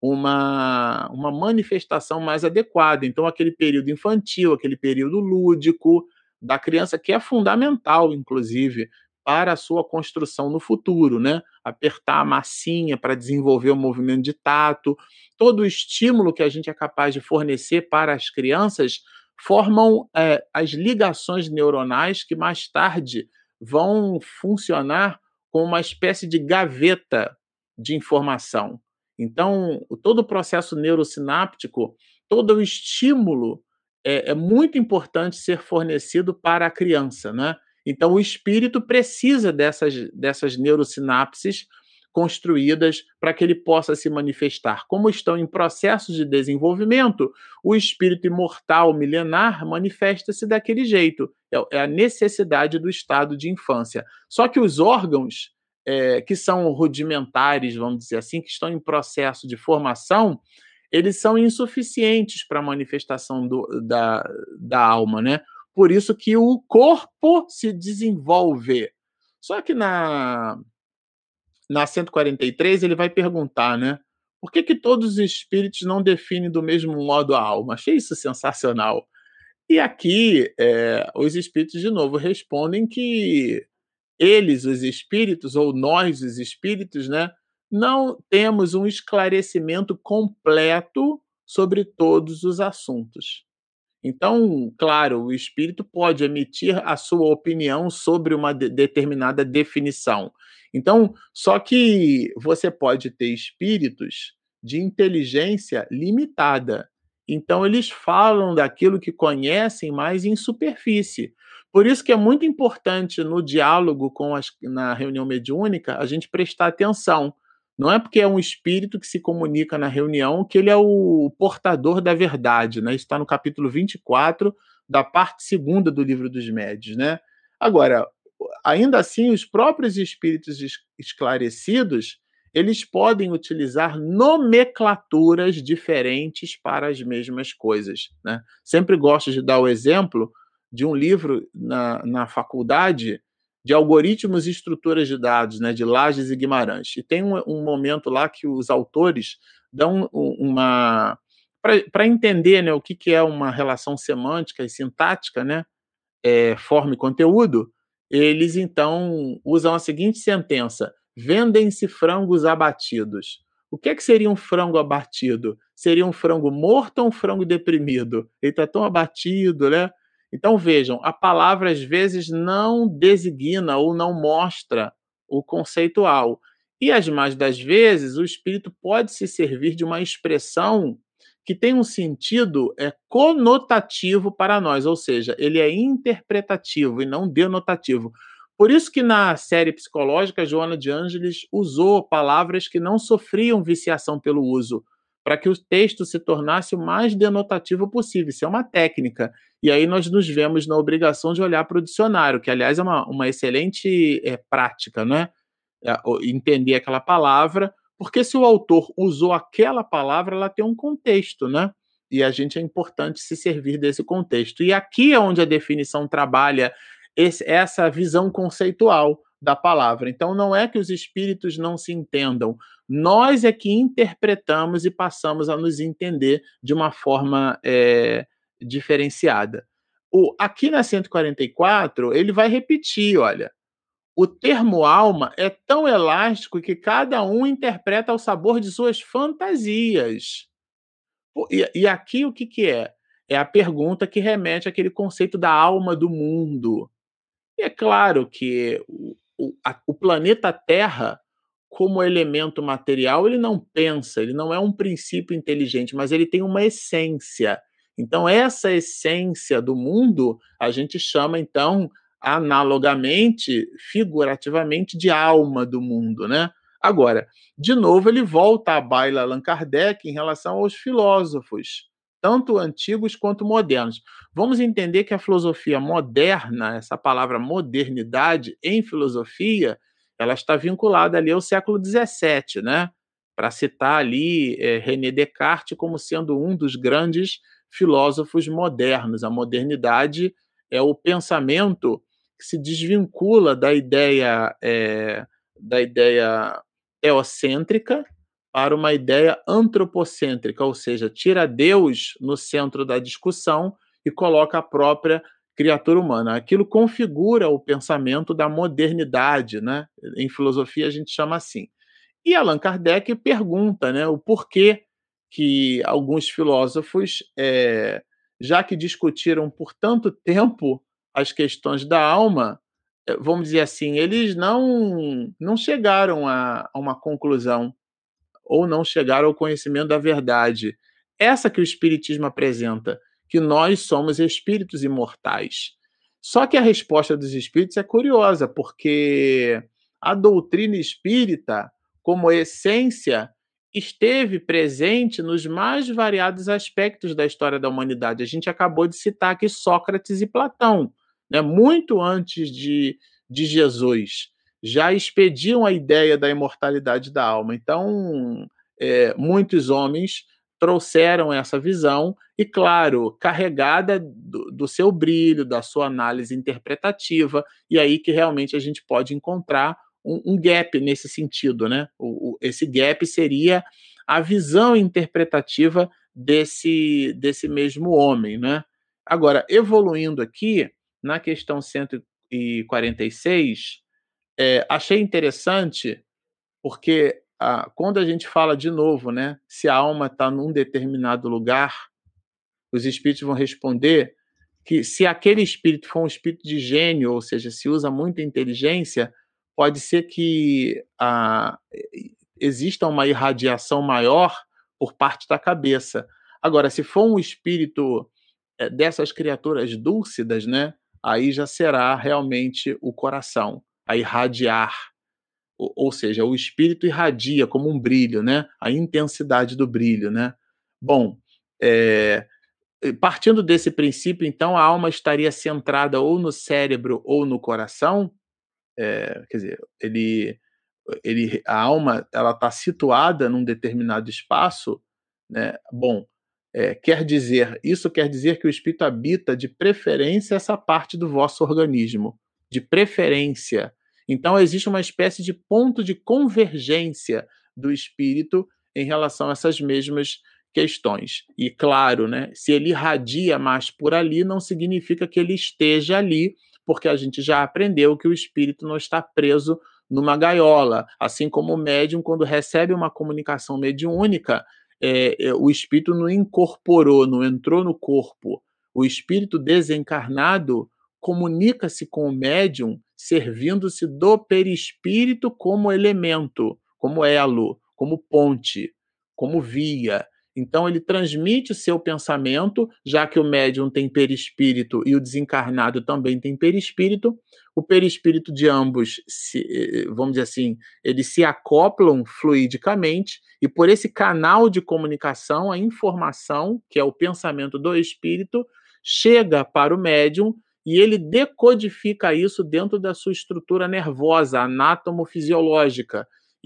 uma manifestação mais adequada. Então, aquele período infantil, aquele período lúdico da criança, que é fundamental, inclusive, para a sua construção no futuro, né? Apertar a massinha para desenvolver o movimento de tato, todo o estímulo que a gente é capaz de fornecer para as crianças formam as ligações neuronais que mais tarde vão funcionar com uma espécie de gaveta de informação. Então, todo o processo neurosináptico, todo o estímulo é muito importante ser fornecido para a criança, né. Então o espírito precisa dessas neurosinapses construídas para que ele possa se manifestar. Como estão em processo de desenvolvimento, o espírito imortal milenar manifesta-se daquele jeito. É a necessidade do estado de infância. Só que os órgãos, que são rudimentares, vamos dizer assim, que estão em processo de formação, eles são insuficientes para a manifestação da alma, né? Por isso que o corpo se desenvolve. Só que na 143 ele vai perguntar, né? Por que, que todos os espíritos não definem do mesmo modo a alma? Achei isso sensacional. E aqui os espíritos de novo respondem que eles, os espíritos, ou nós, os espíritos, né, não temos um esclarecimento completo sobre todos os assuntos. Então, claro, o espírito pode emitir a sua opinião sobre uma determinada definição. Então, só que você pode ter espíritos de inteligência limitada. Então, eles falam daquilo que conhecem, mais em superfície. Por isso que é muito importante no diálogo na reunião mediúnica a gente prestar atenção. Não é porque é um espírito que se comunica na reunião que ele é o portador da verdade, né? Isso está no capítulo 24 da parte segunda do Livro dos Médiuns, né? Agora, ainda assim, os próprios espíritos esclarecidos, eles podem utilizar nomenclaturas diferentes para as mesmas coisas, né? Sempre gosto de dar o exemplo de um livro na faculdade de algoritmos e estruturas de dados, né, de Lages e Guimarães. E tem um momento lá que os autores dão uma... Para entender, né, o que é uma relação semântica e sintática, né, forma e conteúdo, eles então usam a seguinte sentença: vendem-se frangos abatidos. O que seria um frango abatido? Seria um frango morto ou um frango deprimido? Ele está tão abatido, né? Então vejam, a palavra às vezes não designa ou não mostra o conceitual. E as mais das vezes o espírito pode se servir de uma expressão que tem um sentido conotativo para nós, ou seja, ele é interpretativo e não denotativo. Por isso que na série psicológica, Joana de Ângeles usou palavras que não sofriam viciação pelo uso, para que o texto se tornasse o mais denotativo possível. Isso é uma técnica. E aí nós nos vemos na obrigação de olhar para o dicionário, que, aliás, é uma excelente prática, né? Entender aquela palavra, porque se o autor usou aquela palavra, ela tem um contexto, né? E a gente é importante se servir desse contexto. E aqui é onde a definição trabalha essa visão conceitual da palavra. Então, não é que os espíritos não se entendam, nós é que interpretamos e passamos a nos entender de uma forma diferenciada. Aqui na 144, ele vai repetir, olha, o termo alma é tão elástico que cada um interpreta ao sabor de suas fantasias. E aqui o que é? É a pergunta que remete àquele conceito da alma do mundo. E é claro que o planeta Terra, como elemento material, ele não pensa, ele não é um princípio inteligente, mas ele tem uma essência. Então, essa essência do mundo, a gente chama, então, analogamente, figurativamente, de alma do mundo, né? Agora, de novo, ele volta à baila Allan Kardec em relação aos filósofos, tanto antigos quanto modernos. Vamos entender que a filosofia moderna, essa palavra modernidade em filosofia, ela está vinculada ali ao século XVII, né? Para citar ali René Descartes como sendo um dos grandes filósofos modernos. A modernidade é o pensamento que se desvincula da ideia teocêntrica para uma ideia antropocêntrica, ou seja, tira Deus no centro da discussão e coloca a própria criatura humana. Aquilo configura o pensamento da modernidade, né? Em filosofia a gente chama assim. E Allan Kardec pergunta, né, o porquê que alguns filósofos, já que discutiram por tanto tempo as questões da alma, vamos dizer assim, eles não chegaram a uma conclusão ou não chegaram ao conhecimento da verdade. Essa que o espiritismo apresenta, que nós somos espíritos imortais. Só que a resposta dos espíritos é curiosa, porque a doutrina espírita, como essência, esteve presente nos mais variados aspectos da história da humanidade. A gente acabou de citar aqui Sócrates e Platão, né? Muito antes de Jesus, já expediam a ideia da imortalidade da alma. Então, muitos homens trouxeram essa visão e, claro, carregada do seu brilho, da sua análise interpretativa, e aí que realmente a gente pode encontrar um gap nesse sentido, né? Esse gap seria a visão interpretativa desse mesmo homem, né? Agora, evoluindo aqui, na questão 146, achei interessante porque quando a gente fala de novo, né, se a alma está num determinado lugar, os espíritos vão responder que se aquele espírito for um espírito de gênio, ou seja, se usa muita inteligência, pode ser que exista uma irradiação maior por parte da cabeça. Agora, se for um espírito dessas criaturas dúlcidas, né, aí já será realmente o coração a irradiar, ou seja, o espírito irradia como um brilho, né, a intensidade do brilho, né. Bom, partindo desse princípio, então, a alma estaria centrada ou no cérebro ou no coração, quer dizer, a alma ela está situada num determinado espaço, né? Bom, isso quer dizer que o espírito habita de preferência essa parte do vosso organismo, de preferência. Então existe uma espécie de ponto de convergência do espírito em relação a essas mesmas questões. E claro, né, se ele irradia mais por ali, não significa que ele esteja ali, porque a gente já aprendeu que o espírito não está preso numa gaiola, assim como o médium, quando recebe uma comunicação mediúnica, o espírito não incorporou, não entrou no corpo. O espírito desencarnado comunica-se com o médium, servindo-se do perispírito como elemento, como elo, como ponte, como via. Então, ele transmite o seu pensamento, já que o médium tem perispírito e o desencarnado também tem perispírito. O perispírito de ambos, vamos dizer assim, eles se acoplam fluidicamente, e por esse canal de comunicação, a informação, que é o pensamento do espírito, chega para o médium e ele decodifica isso dentro da sua estrutura nervosa, anatomofisiológica.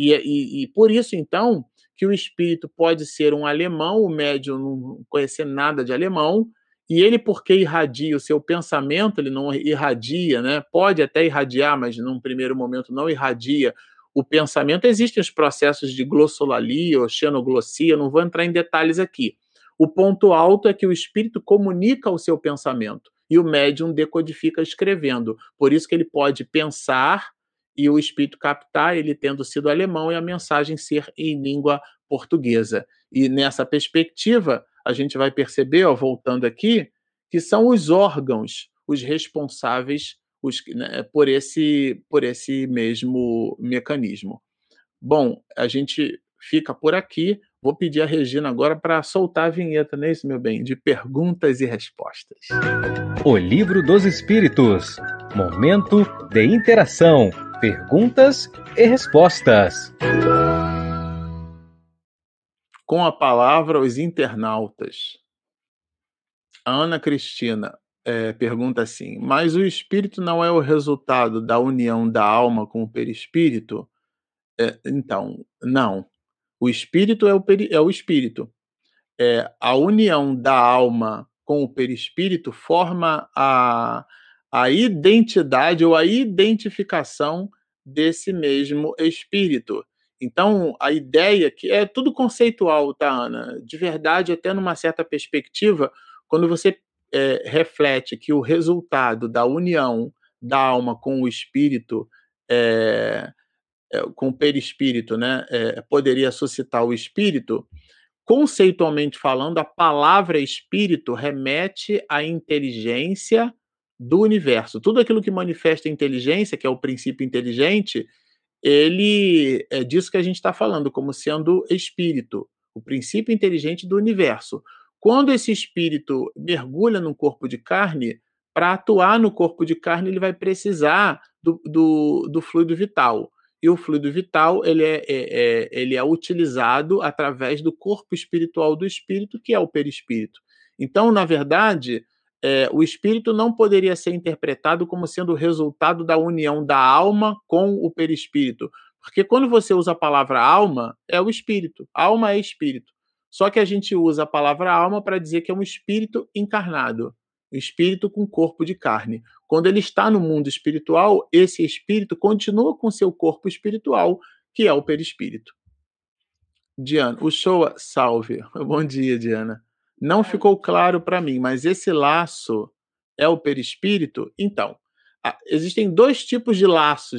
E por isso, então, que o espírito pode ser um alemão, o médium não conhecer nada de alemão, e ele, porque irradia o seu pensamento, ele não irradia, né? Pode até irradiar, mas num primeiro momento não irradia o pensamento. Existem os processos de glossolalia ou xenoglossia, não vou entrar em detalhes aqui. O ponto alto é que o espírito comunica o seu pensamento e o médium decodifica escrevendo. Por isso que ele pode pensar e o espírito captar, ele tendo sido alemão, e a mensagem ser em língua portuguesa. E nessa perspectiva, a gente vai perceber, ó, voltando aqui, que são os órgãos os responsáveis né, por esse mesmo mecanismo. Bom, a gente fica por aqui. Vou pedir a Regina agora para soltar a vinheta, não é isso, meu bem? De perguntas e respostas. O Livro dos Espíritos. Momento de interação. Perguntas e respostas. Com a palavra, os internautas. A Ana Cristina pergunta assim: mas o espírito não é o resultado da união da alma com o perispírito? Então, não. O espírito é o espírito. A união da alma com o perispírito forma a identidade ou a identificação desse mesmo espírito. Então, a ideia que é tudo conceitual, tá, Ana? De verdade, até numa certa perspectiva, quando você reflete que o resultado da união da alma com o espírito, com o perispírito, né, poderia suscitar o espírito. Conceitualmente falando, a palavra espírito remete à inteligência do universo. Tudo aquilo que manifesta inteligência, que é o princípio inteligente, ele é disso que a gente está falando, como sendo espírito, o princípio inteligente do universo. Quando esse espírito mergulha num corpo de carne, para atuar no corpo de carne, ele vai precisar do fluido vital. E o fluido vital ele é utilizado através do corpo espiritual do espírito, que é o perispírito. Então, na verdade, o espírito não poderia ser interpretado como sendo o resultado da união da alma com o perispírito. Porque quando você usa a palavra alma, é o espírito. Alma é espírito. Só que a gente usa a palavra alma para dizer que é um espírito encarnado, um espírito com corpo de carne. Quando ele está no mundo espiritual, esse espírito continua com seu corpo espiritual, que é o perispírito. Diana, o show salve. Bom dia, Diana. Não ficou claro para mim, mas esse laço é o perispírito? Então, existem dois tipos de laços,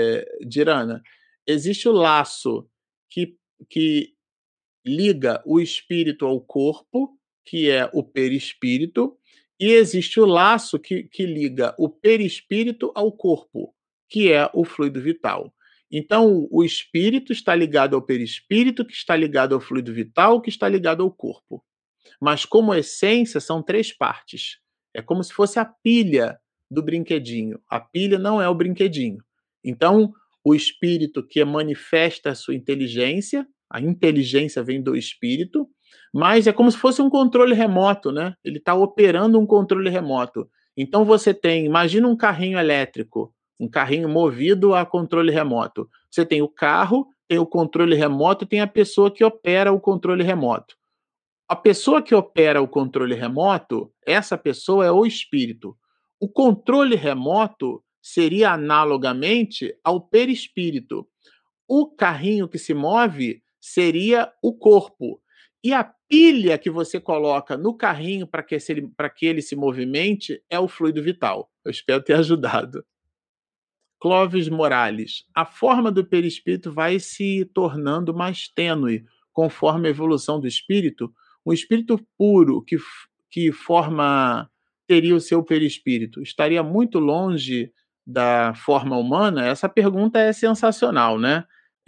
Diana. Existe o laço que liga o espírito ao corpo, que é o perispírito, e existe o laço que liga o perispírito ao corpo, que é o fluido vital. Então, o espírito está ligado ao perispírito, que está ligado ao fluido vital, que está ligado ao corpo. Mas, como essência, são três partes. É como se fosse a pilha do brinquedinho. A pilha não é o brinquedinho. Então, o espírito que manifesta a sua inteligência, a inteligência vem do espírito, mas é como se fosse um controle remoto, né? Ele está operando um controle remoto. Então, você tem, imagina um carrinho elétrico, um carrinho movido a controle remoto. Você tem o carro, tem o controle remoto e tem a pessoa que opera o controle remoto. A pessoa que opera o controle remoto, essa pessoa é o espírito. O controle remoto seria analogamente ao perispírito. O carrinho que se move seria o corpo. E a pilha que você coloca no carrinho para que ele se movimente é o fluido vital. Eu espero ter ajudado. Clóvis Morales, a forma do perispírito vai se tornando mais tênue conforme a evolução do espírito. O espírito puro que forma teria o seu perispírito estaria muito longe da forma humana? Essa pergunta é sensacional, né?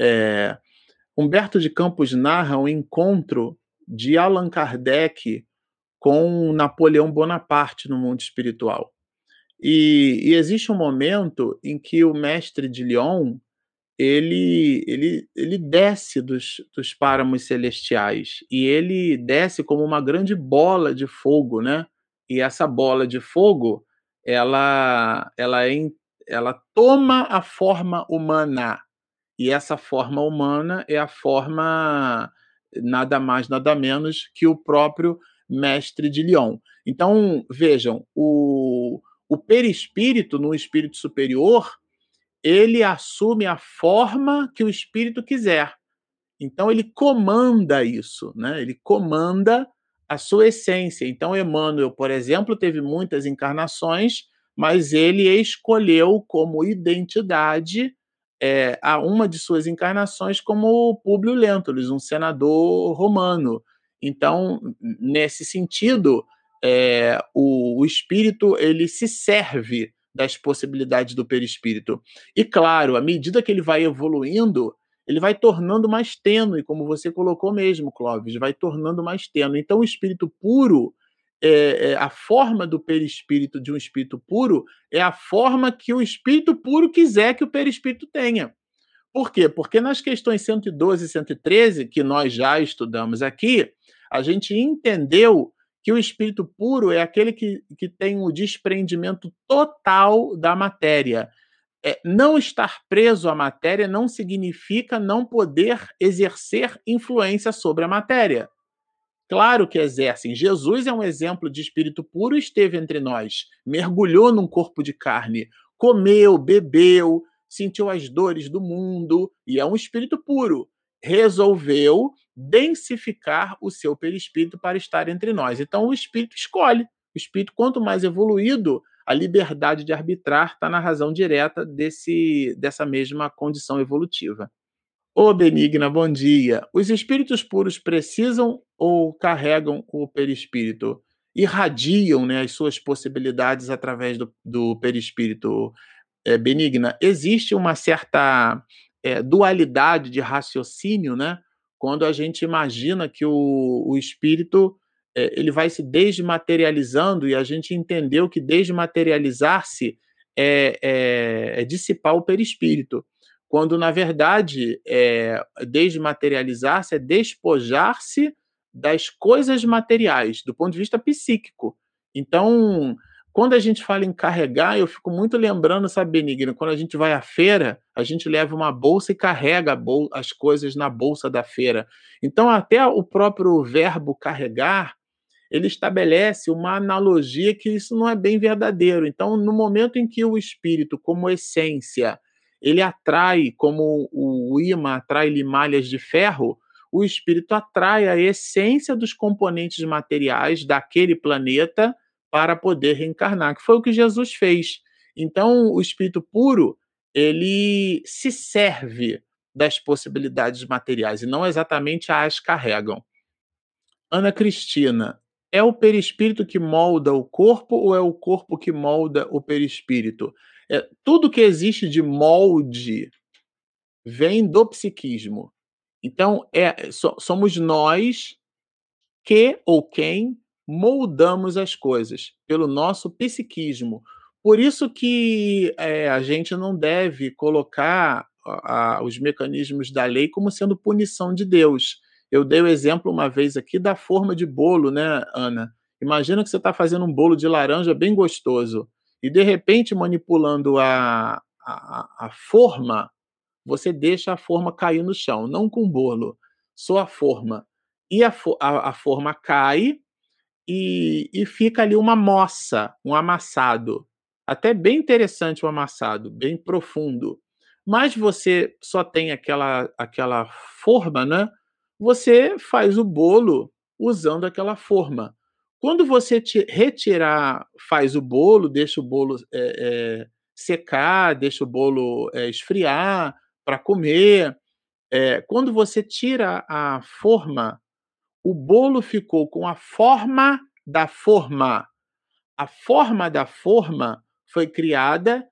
Humberto de Campos narra um encontro de Allan Kardec com Napoleão Bonaparte no mundo espiritual. E existe um momento em que o mestre de Lyon ele desce dos páramos celestiais e ele desce como uma grande bola de fogo, né? E essa bola de fogo ela toma a forma humana e essa forma humana é a forma nada mais nada menos que o próprio mestre de Lyon. Então vejam o perispírito no espírito superior ele assume a forma que o espírito quiser. Então ele comanda isso, né? Ele comanda a sua essência. Então Emmanuel, por exemplo, teve muitas encarnações, mas ele escolheu como identidade a uma de suas encarnações como Públio Lentulus, um senador romano. Então, nesse sentido, o espírito ele se serve das possibilidades do perispírito. E claro, à medida que ele vai evoluindo, ele vai tornando mais tênue, como você colocou mesmo, Clóvis, vai tornando mais tênue. Então, o espírito puro, a forma do perispírito de um espírito puro é a forma que o espírito puro quiser que o perispírito tenha. Por quê? Porque nas questões 112 e 113, que nós já estudamos aqui, a gente entendeu que o espírito puro é aquele que tem o desprendimento total da matéria. Não estar preso à matéria não significa não poder exercer influência sobre a matéria. Claro que exercem. Jesus é um exemplo de espírito puro, esteve entre nós, mergulhou num corpo de carne, comeu, bebeu, sentiu as dores do mundo e é um espírito puro. Resolveu densificar o seu perispírito para estar entre nós. Então o espírito escolhe. O espírito, quanto mais evoluído, a liberdade de arbitrar está na razão direta dessa mesma condição evolutiva. Ô Benigna, bom dia. Os espíritos puros precisam ou carregam o perispírito? Irradiam, né, as suas possibilidades através do perispírito? Benigna, existe uma certa dualidade de raciocínio, né? Quando a gente imagina que o espírito ele vai se desmaterializando, e a gente entendeu que desmaterializar-se é dissipar o perispírito, quando na verdade desmaterializar-se é despojar-se das coisas materiais, do ponto de vista psíquico. Então, quando a gente fala em carregar, eu fico muito lembrando, sabe, Benigno, quando a gente vai à feira, a gente leva uma bolsa e carrega as coisas na bolsa da feira. Então, até o próprio verbo carregar, ele estabelece uma analogia que isso não é bem verdadeiro. Então, no momento em que o espírito, como essência, ele atrai, como o ímã atrai limalhas de ferro, o espírito atrai a essência dos componentes materiais daquele planeta para poder reencarnar, que foi o que Jesus fez. Então, o espírito puro, ele se serve das possibilidades materiais e não exatamente as carregam. Ana Cristina, é o perispírito que molda o corpo ou é o corpo que molda o perispírito? Tudo que existe de molde vem do psiquismo. Então, somos nós que ou quem moldamos as coisas pelo nosso psiquismo. Por isso que a gente não deve colocar os mecanismos da lei como sendo punição de Deus. Eu dei o exemplo uma vez aqui da forma de bolo, né, Ana? Imagina que você está fazendo um bolo de laranja bem gostoso e, de repente, manipulando a forma, você deixa a forma cair no chão, não com o bolo, só a forma. E a forma cai e fica ali uma moça, um amassado. Até bem interessante o amassado, bem profundo. Mas você só tem aquela forma, né? Você faz o bolo usando aquela forma. Quando você retirar, faz o bolo, deixa o bolo secar, deixa o bolo esfriar para comer. Quando você tira a forma, o bolo ficou com a forma da forma. A forma da forma foi criada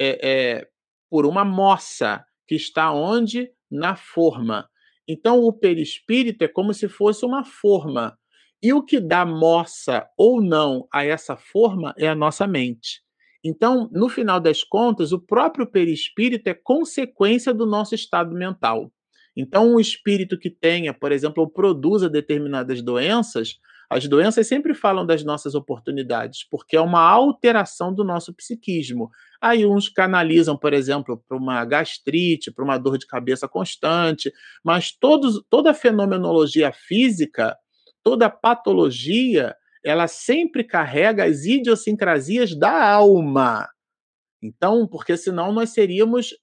por uma moça que está onde? Na forma. Então, o perispírito é como se fosse uma forma. E o que dá moça ou não a essa forma é a nossa mente. Então, no final das contas, o próprio perispírito é consequência do nosso estado mental. Então, um espírito que tenha, por exemplo, ou produza determinadas doenças, as doenças sempre falam das nossas oportunidades, porque é uma alteração do nosso psiquismo. Aí uns canalizam, por exemplo, para uma gastrite, para uma dor de cabeça constante, mas toda a fenomenologia física, toda a patologia, ela sempre carrega as idiosincrasias da alma. Então, porque senão nós seríamos,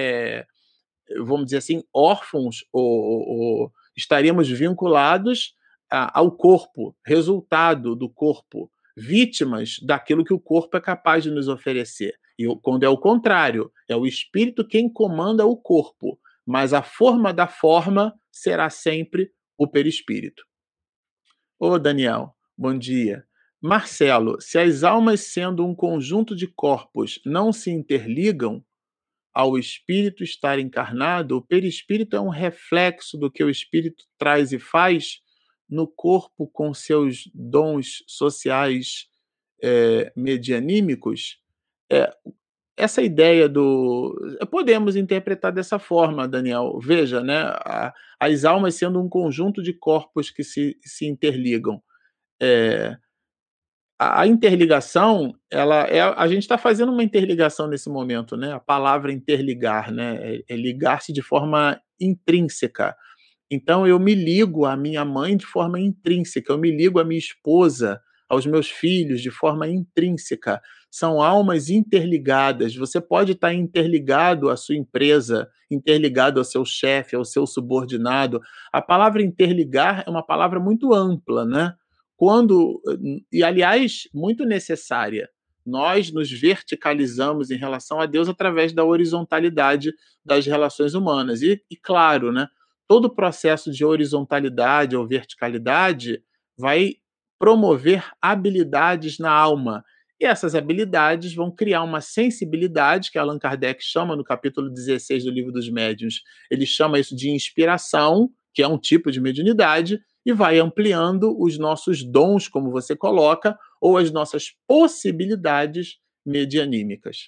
vamos dizer assim, órfãos ou estaríamos vinculados ao corpo, resultado do corpo, vítimas daquilo que o corpo é capaz de nos oferecer. E quando é o contrário, é o espírito quem comanda o corpo, mas a forma da forma será sempre o perispírito. Ô Daniel, bom dia. Marcelo, se as almas sendo um conjunto de corpos não se interligam, ao espírito estar encarnado, o perispírito é um reflexo do que o espírito traz e faz no corpo com seus dons sociais medianímicos. É, essa ideia do. Podemos interpretar dessa forma, Daniel. Veja, né? As almas sendo um conjunto de corpos que se interligam. É, a interligação, a gente está fazendo uma interligação nesse momento, né? A palavra interligar, né? É ligar-se de forma intrínseca. Então eu me ligo à minha mãe de forma intrínseca, eu me ligo à minha esposa, aos meus filhos de forma intrínseca. São almas interligadas. Você pode estar interligado à sua empresa, interligado ao seu chefe, ao seu subordinado. A palavra interligar é uma palavra muito ampla, né? E aliás, muito necessária. Nós nos verticalizamos em relação a Deus através da horizontalidade das relações humanas. E claro, né? Todo processo de horizontalidade ou verticalidade vai promover habilidades na alma. E essas habilidades vão criar uma sensibilidade, que Allan Kardec chama no capítulo 16 do Livro dos Médiuns. Ele chama isso de inspiração, que é um tipo de mediunidade, e vai ampliando os nossos dons, como você coloca, ou as nossas possibilidades medianímicas.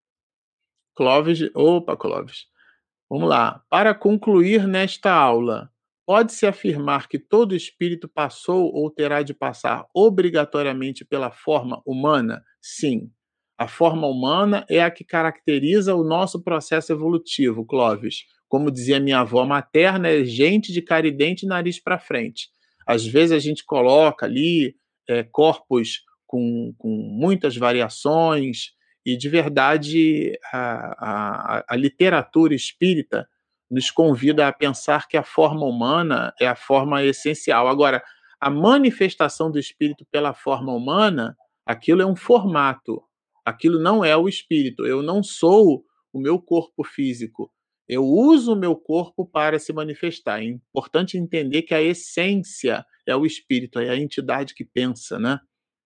Clóvis. Vamos lá. Para concluir nesta aula, pode-se afirmar que todo espírito passou ou terá de passar obrigatoriamente pela forma humana? Sim. A forma humana é a que caracteriza o nosso processo evolutivo, Clóvis. Como dizia minha avó materna, é gente de cara e dente e nariz para frente. Às vezes a gente coloca ali corpos com muitas variações, e, de verdade, a literatura espírita nos convida a pensar que a forma humana é a forma essencial. Agora, a manifestação do espírito pela forma humana, aquilo é um formato, aquilo não é o espírito. Eu não sou o meu corpo físico. Eu uso o meu corpo para se manifestar. É importante entender que a essência é o espírito, é a entidade que pensa, né?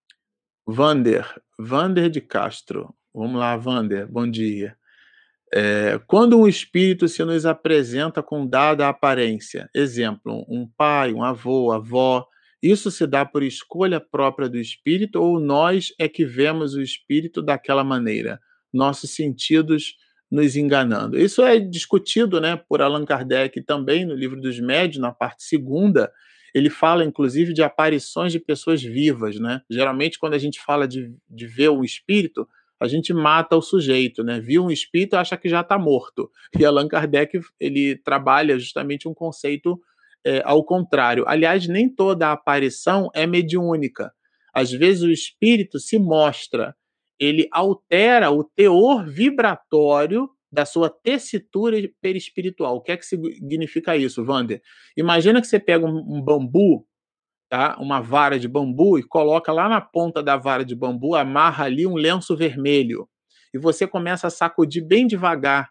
Vander de Castro. Vamos lá, Vander, bom dia. Quando um espírito se nos apresenta com dada aparência, exemplo, um pai, um avô, avó, isso se dá por escolha própria do espírito ou nós é que vemos o espírito daquela maneira, nossos sentidos nos enganando? Isso é discutido, né, por Allan Kardec também no Livro dos Médiuns, na parte segunda. Ele fala, inclusive, de aparições de pessoas vivas, né? Geralmente, quando a gente fala de ver um espírito, a gente mata o sujeito, né? Viu um espírito, acha que já está morto. E Allan Kardec, ele trabalha justamente um conceito ao contrário. Aliás, nem toda aparição é mediúnica. Às vezes o espírito se mostra, ele altera o teor vibratório da sua tessitura perispiritual. O que é que significa isso, Wander? Imagina que você pega um bambu, tá? Uma vara de bambu e coloca lá na ponta da vara de bambu, amarra ali um lenço vermelho e você começa a sacudir bem devagar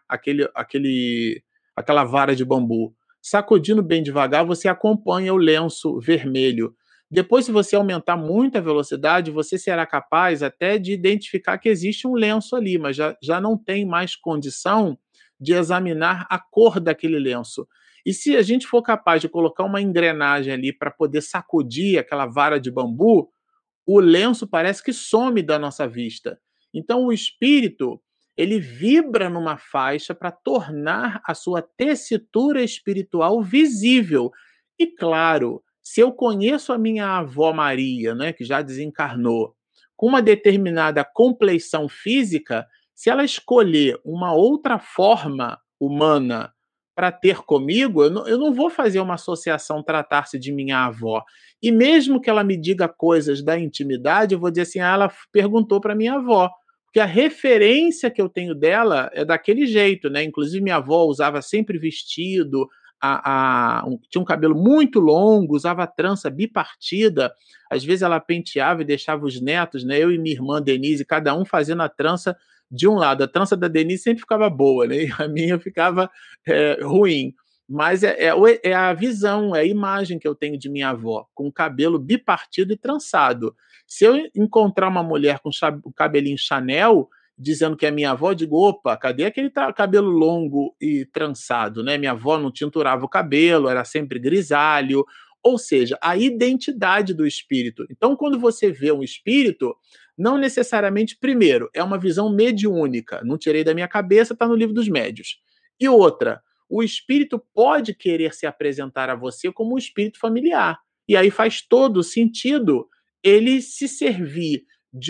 aquela vara de bambu. Sacudindo bem devagar, você acompanha o lenço vermelho. Depois, se você aumentar muito a velocidade, você será capaz até de identificar que existe um lenço ali, mas já não tem mais condição de examinar a cor daquele lenço. E se a gente for capaz de colocar uma engrenagem ali para poder sacudir aquela vara de bambu, o lenço parece que some da nossa vista. Então o espírito, ele vibra numa faixa para tornar a sua tessitura espiritual visível. E claro, se eu conheço a minha avó Maria, né, que já desencarnou, com uma determinada compleição física, se ela escolher uma outra forma humana para ter comigo, eu não vou fazer uma associação tratar-se de minha avó. E mesmo que ela me diga coisas da intimidade, eu vou dizer assim: ela perguntou para minha avó. Porque a referência que eu tenho dela é daquele jeito, né? Inclusive, minha avó usava sempre vestido, tinha um cabelo muito longo, usava trança bipartida. Às vezes ela penteava e deixava os netos, né? Eu e minha irmã Denise, cada um fazendo a trança de um lado. A trança da Denise sempre ficava boa, né? E a minha ficava ruim. Mas é a visão, é a imagem que eu tenho de minha avó, com o cabelo bipartido e trançado. Se eu encontrar uma mulher com o cabelinho Chanel, dizendo que é minha avó, eu digo, opa, cadê aquele cabelo longo e trançado, né? Minha avó não tinturava o cabelo, era sempre grisalho. Ou seja, a identidade do espírito. Então, quando você vê um espírito, não necessariamente, primeiro, é uma visão mediúnica. Não tirei da minha cabeça, está no Livro dos Médiuns. E outra, o espírito pode querer se apresentar a você como um espírito familiar. E aí faz todo sentido ele se servir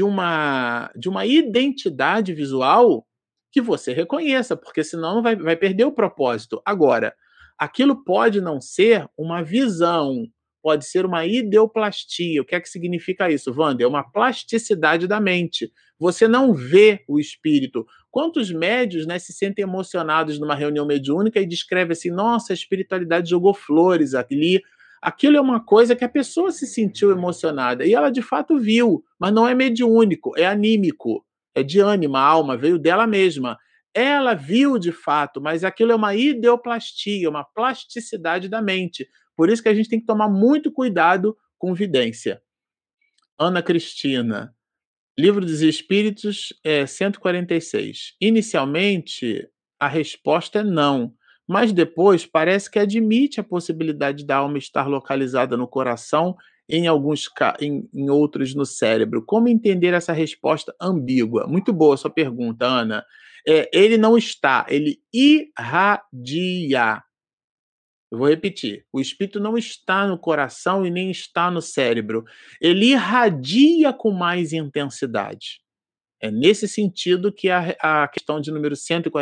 de uma identidade visual que você reconheça, porque senão vai perder o propósito. Agora, aquilo pode não ser uma visão, pode ser uma ideoplastia. O que é que significa isso, Wander? É uma plasticidade da mente. Você não vê o espírito. Quantos médios, né, se sentem emocionados numa reunião mediúnica e descrevem assim: nossa, a espiritualidade jogou flores ali. Aquilo é uma coisa que a pessoa se sentiu emocionada e ela de fato viu, mas não é mediúnico, é anímico, é de ânima, alma, veio dela mesma. Ela viu de fato, mas aquilo é uma ideoplastia, uma plasticidade da mente. Por isso que a gente tem que tomar muito cuidado com vidência. Ana Cristina, Livro dos Espíritos, 146. Inicialmente, a resposta é não, mas depois parece que admite a possibilidade da alma estar localizada no coração, em alguns em outros no cérebro. Como entender essa resposta ambígua? Muito boa sua pergunta, Ana. Ele não está, ele irradia. Eu vou repetir: o espírito não está no coração e nem está no cérebro. Ele irradia com mais intensidade. É nesse sentido que a questão de número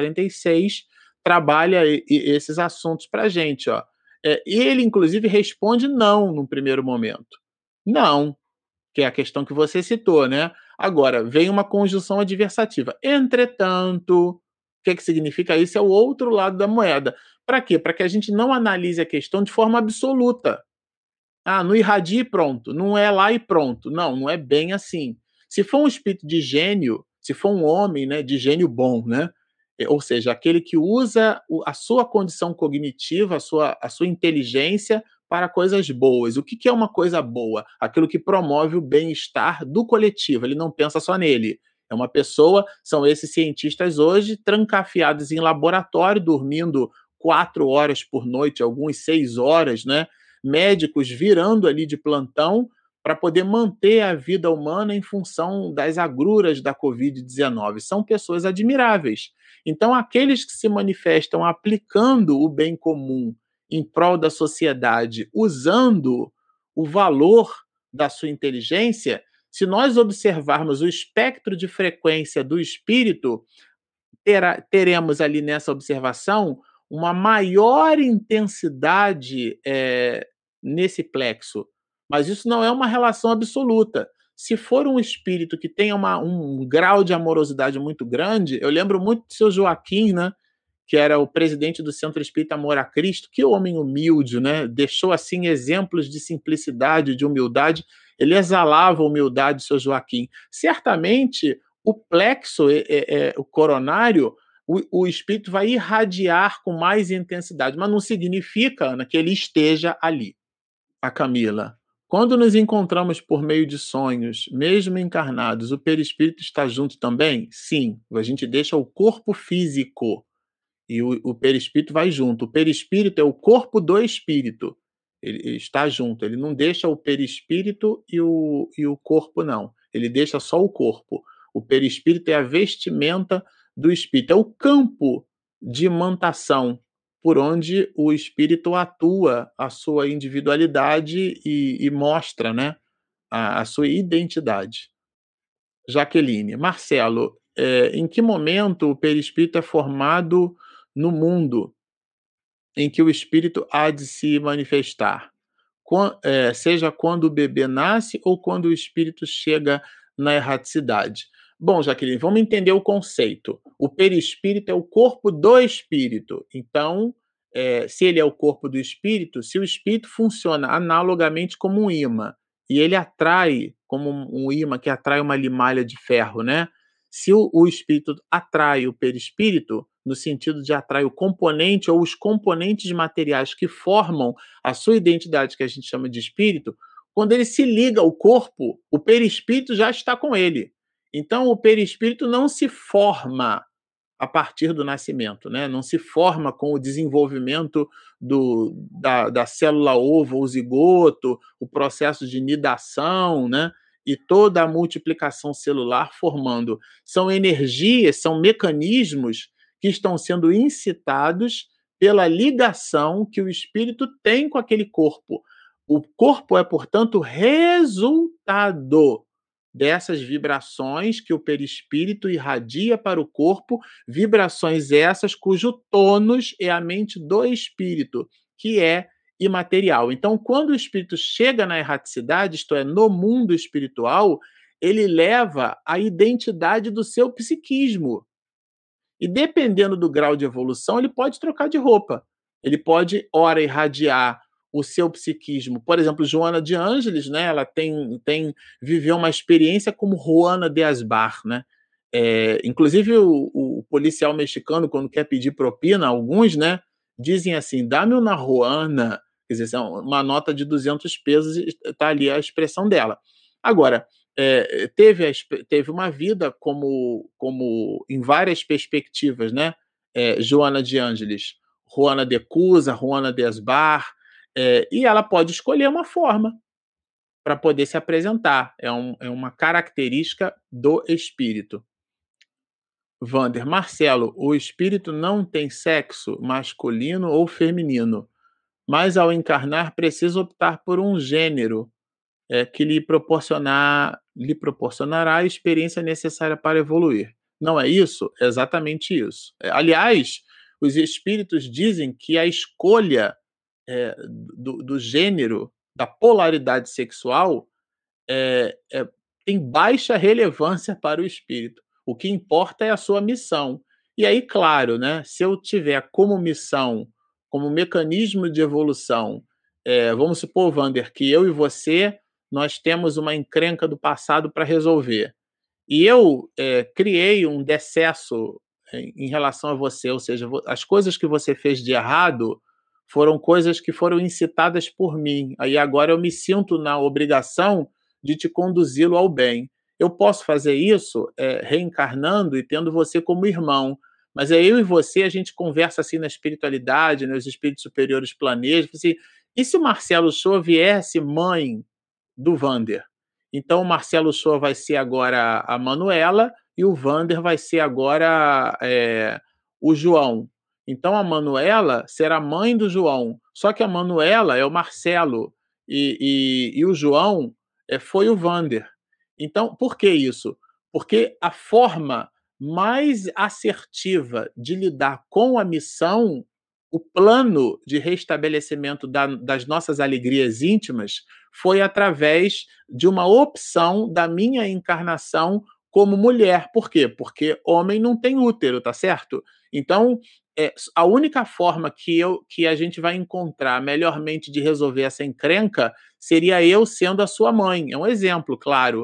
146 trabalha esses assuntos para a gente. Ó. Ele, inclusive, responde não no primeiro momento. Não, que é a questão que você citou, né? Agora, vem uma conjunção adversativa. Entretanto, o que significa isso? É o outro lado da moeda. Para quê? Para que a gente não analise a questão de forma absoluta. Ah, não irradia e pronto. Não é lá e pronto. Não, não é bem assim. Se for um espírito de gênio, se for um homem, né, de gênio bom, né? Ou seja, aquele que usa a sua condição cognitiva, a sua inteligência para coisas boas. O que é uma coisa boa? Aquilo que promove o bem-estar do coletivo. Ele não pensa só nele. É uma pessoa, são esses cientistas hoje trancafiados em laboratório, dormindo 4 horas por noite, alguns 6 horas, né? Médicos virando ali de plantão para poder manter a vida humana em função das agruras da Covid-19. São pessoas admiráveis. Então, aqueles que se manifestam aplicando o bem comum em prol da sociedade, usando o valor da sua inteligência, se nós observarmos o espectro de frequência do espírito, teremos ali nessa observação uma maior intensidade nesse plexo. Mas isso não é uma relação absoluta. Se for um espírito que tenha um grau de amorosidade muito grande, eu lembro muito do seu Joaquim, né? Que era o presidente do Centro Espírita Amor a Cristo, que homem humilde, né? Deixou assim exemplos de simplicidade, de humildade. Ele exalava a humildade, seu Joaquim. Certamente o plexo, o coronário, o espírito vai irradiar com mais intensidade, mas não significa, Ana, que ele esteja ali. A Camila. Quando nos encontramos por meio de sonhos, mesmo encarnados, o perispírito está junto também? Sim, a gente deixa o corpo físico e o perispírito vai junto. O perispírito é o corpo do espírito. Ele está junto. Ele não deixa o perispírito e o corpo, não. Ele deixa só o corpo. O perispírito é a vestimenta do espírito. É o campo de imantação por onde o espírito atua a sua individualidade e mostra, né, a sua identidade. Jaqueline. Marcelo, em que momento o perispírito é formado no mundo em que o espírito há de se manifestar? Seja quando o bebê nasce ou quando o espírito chega na erraticidade. Bom, Jaqueline, vamos entender o conceito. O perispírito é o corpo do espírito. Então, se ele é o corpo do espírito, se o espírito funciona analogamente como um imã, e ele atrai, como um imã que atrai uma limalha de ferro, né? Se o espírito atrai o perispírito, no sentido de atrai o componente ou os componentes materiais que formam a sua identidade, que a gente chama de espírito, quando ele se liga ao corpo, o perispírito já está com ele. Então, o perispírito não se forma a partir do nascimento, né? Não se forma com o desenvolvimento da célula ovo ou zigoto, o processo de nidação, né? E toda a multiplicação celular formando. São energias, são mecanismos que estão sendo incitados pela ligação que o espírito tem com aquele corpo. O corpo é, portanto, resultado dessas vibrações que o perispírito irradia para o corpo, vibrações essas cujo tônus é a mente do espírito, que é imaterial. Então, quando o espírito chega na erraticidade, isto é, no mundo espiritual, ele leva a identidade do seu psiquismo. E dependendo do grau de evolução, ele pode trocar de roupa. Ele pode, ora, irradiar o seu psiquismo. Por exemplo, Joana de Ângeles, né, ela viveu uma experiência como Juana de Asbar, né? Inclusive, o policial mexicano, quando quer pedir propina, alguns, né, dizem assim, dá-me uma Juana, quer dizer, uma nota de 200 pesos, está ali a expressão dela. Agora, teve uma vida como em várias perspectivas, né? Joana de Ângeles. Juana de Cusa, Juana de Esbar, e ela pode escolher uma forma para poder se apresentar. É uma característica do espírito. Vander, Marcelo, o espírito não tem sexo masculino ou feminino, mas ao encarnar precisa optar por um gênero que lhe proporcionará a experiência necessária para evoluir. Não é isso? É exatamente isso. Aliás, os espíritos dizem que a escolha do gênero, da polaridade sexual, tem baixa relevância para o espírito. O que importa é a sua missão. E aí, claro, né, se eu tiver como missão, como mecanismo de evolução, vamos supor, Vander, que eu e você, nós temos uma encrenca do passado para resolver. E eu criei um decesso em relação a você, ou seja, as coisas que você fez de errado foram coisas que foram incitadas por mim. Aí agora eu me sinto na obrigação de te conduzi-lo ao bem. Eu posso fazer isso reencarnando e tendo você como irmão, mas é eu e você, a gente conversa assim na espiritualidade, né, os espíritos superiores planejam, assim, e se o Marcelo Shoa viesse mãe do Vander? Então o Marcelo Shoa vai ser agora a Manuela e o Vander vai ser agora o João. Então a Manuela será mãe do João, só que a Manuela é o Marcelo e o João foi o Vander. Então, por que isso? Porque a forma mais assertiva de lidar com a missão, o plano de restabelecimento das nossas alegrias íntimas, foi através de uma opção da minha encarnação como mulher. Por quê? Porque homem não tem útero, tá certo? Então, a única forma que a gente vai encontrar melhormente de resolver essa encrenca seria eu sendo a sua mãe. É um exemplo, claro.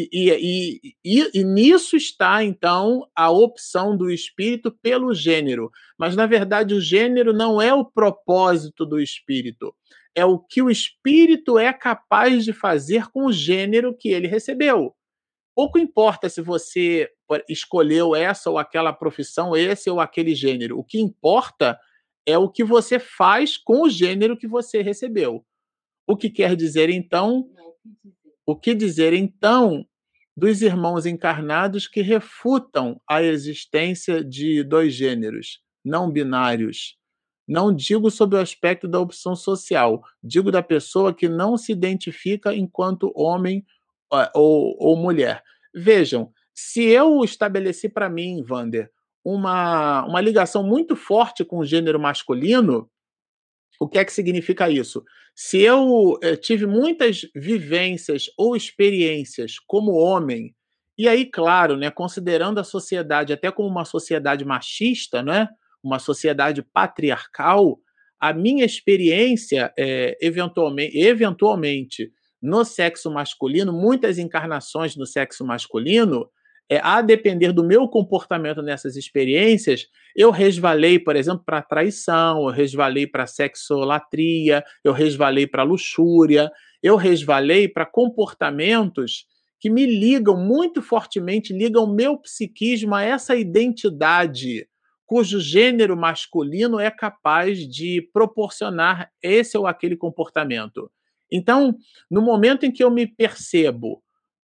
E nisso está, então, a opção do espírito pelo gênero. Mas, na verdade, o gênero não é o propósito do espírito. É o que o espírito é capaz de fazer com o gênero que ele recebeu. Pouco importa se você escolheu essa ou aquela profissão, esse ou aquele gênero. O que importa é o que você faz com o gênero que você recebeu. O que quer dizer, então, o que dizer, então, dos irmãos encarnados que refutam a existência de dois gêneros não binários? Não digo sob o aspecto da opção social, digo da pessoa que não se identifica enquanto homem ou mulher. Vejam, se eu estabeleci para mim, Vander, uma ligação muito forte com o gênero masculino, o que é que significa isso? Se eu tive muitas vivências ou experiências como homem, e aí, claro, né, considerando a sociedade até como uma sociedade machista, né, uma sociedade patriarcal, a minha experiência, eventualmente, no sexo masculino, muitas encarnações no sexo masculino, a depender do meu comportamento nessas experiências, eu resvalei, por exemplo, para traição, eu resvalei para sexolatria, eu resvalei para luxúria, eu resvalei para comportamentos que me ligam muito fortemente, ligam o meu psiquismo a essa identidade cujo gênero masculino é capaz de proporcionar esse ou aquele comportamento. Então, no momento em que eu me percebo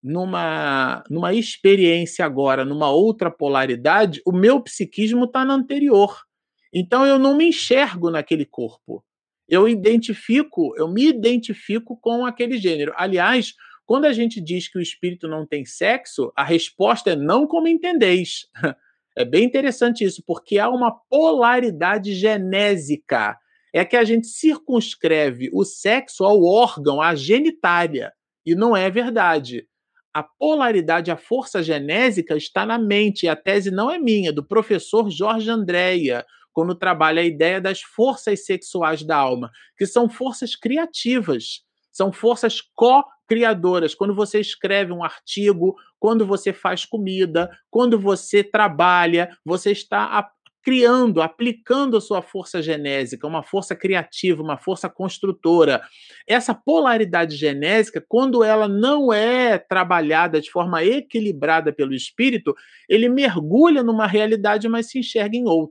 numa experiência agora, numa outra polaridade, o meu psiquismo está na anterior. Então eu não me enxergo naquele corpo. Eu me identifico com aquele gênero. Aliás, quando a gente diz que o espírito não tem sexo, a resposta é não como entendeis. É bem interessante isso, porque há uma polaridade genésica. É que a gente circunscreve o sexo ao órgão, à genitália. E não é verdade. A polaridade, a força genésica está na mente. E a tese não é minha, é do professor Jorge Andréa, quando trabalha a ideia das forças sexuais da alma, que são forças criativas, são forças co-criadoras. Quando você escreve um artigo, quando você faz comida, quando você trabalha, você está criando, aplicando a sua força genésica, uma força criativa, uma força construtora. Essa polaridade genésica, quando ela não é trabalhada de forma equilibrada pelo espírito, ele mergulha numa realidade, mas se enxerga em outra.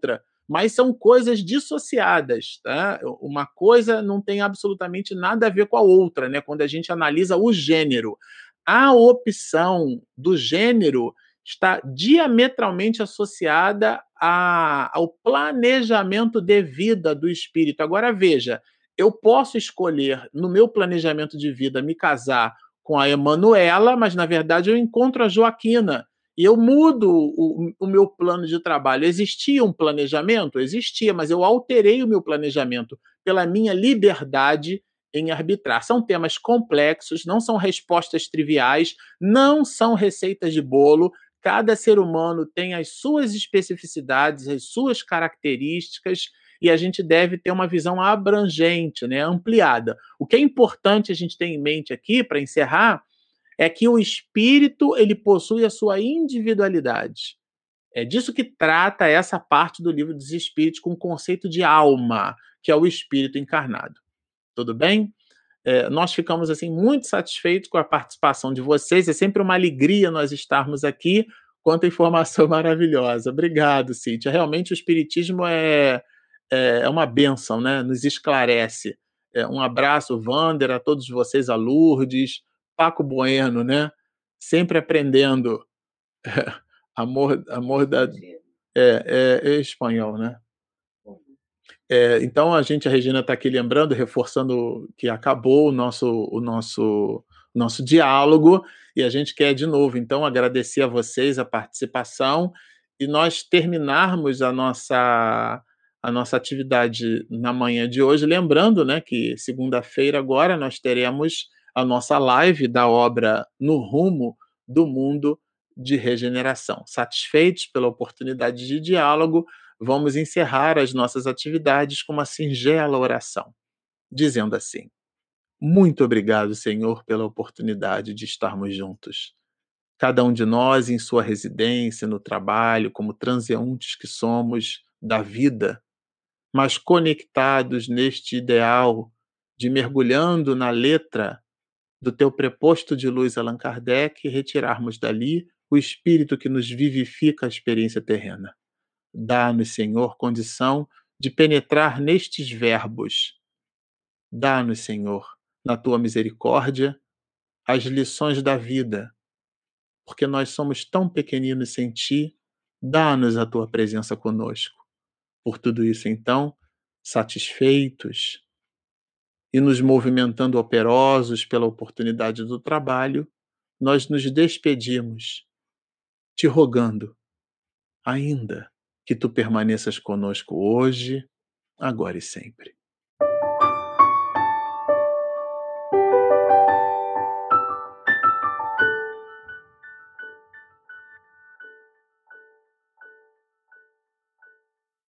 mas são coisas dissociadas, tá? Uma coisa não tem absolutamente nada a ver com a outra, né? Quando a gente analisa o gênero. A opção do gênero está diametralmente associada ao planejamento de vida do espírito. Agora veja, eu posso escolher no meu planejamento de vida me casar com a Emanuela, mas na verdade eu encontro a Joaquina e eu mudo o meu plano de trabalho. Existia um planejamento? Existia, mas eu alterei o meu planejamento pela minha liberdade em arbitrar. São temas complexos, não são respostas triviais, não são receitas de bolo. Cada ser humano tem as suas especificidades, as suas características, e a gente deve ter uma visão abrangente, né, ampliada. O que é importante a gente ter em mente aqui, para encerrar, é que o espírito ele possui a sua individualidade. É disso que trata essa parte do livro dos Espíritos, com o conceito de alma, que é o espírito encarnado. Tudo bem? Nós ficamos assim muito satisfeitos com a participação de vocês. É sempre uma alegria nós estarmos aqui. Quanta informação maravilhosa. Obrigado, Cíntia. Realmente o Espiritismo é uma bênção, né? Nos esclarece. Um abraço, Wander, a todos vocês, a Lourdes, Paco Bueno, né? Sempre aprendendo. Amor da. É espanhol, né? Então a Regina está aqui lembrando, reforçando que acabou o nosso diálogo e a gente quer de novo, então, agradecer a vocês a participação e nós terminarmos a nossa atividade na manhã de hoje, lembrando, né, que segunda-feira agora nós teremos a nossa live da obra No Rumo do Mundo de Regeneração. Satisfeitos pela oportunidade de diálogo, vamos encerrar as nossas atividades com uma singela oração, dizendo assim: muito obrigado, Senhor, pela oportunidade de estarmos juntos. Cada um de nós em sua residência, no trabalho, como transeuntes que somos da vida, mas conectados neste ideal de mergulhando na letra do teu preposto de luz Allan Kardec e retirarmos dali o espírito que nos vivifica a experiência terrena. Dá-nos, Senhor, condição de penetrar nestes verbos. Dá-nos, Senhor, na tua misericórdia, as lições da vida, porque nós somos tão pequeninos sem ti. Dá-nos a tua presença conosco. Por tudo isso, então, satisfeitos e nos movimentando operosos pela oportunidade do trabalho, nós nos despedimos, te rogando, ainda que tu permaneças conosco hoje, agora e sempre.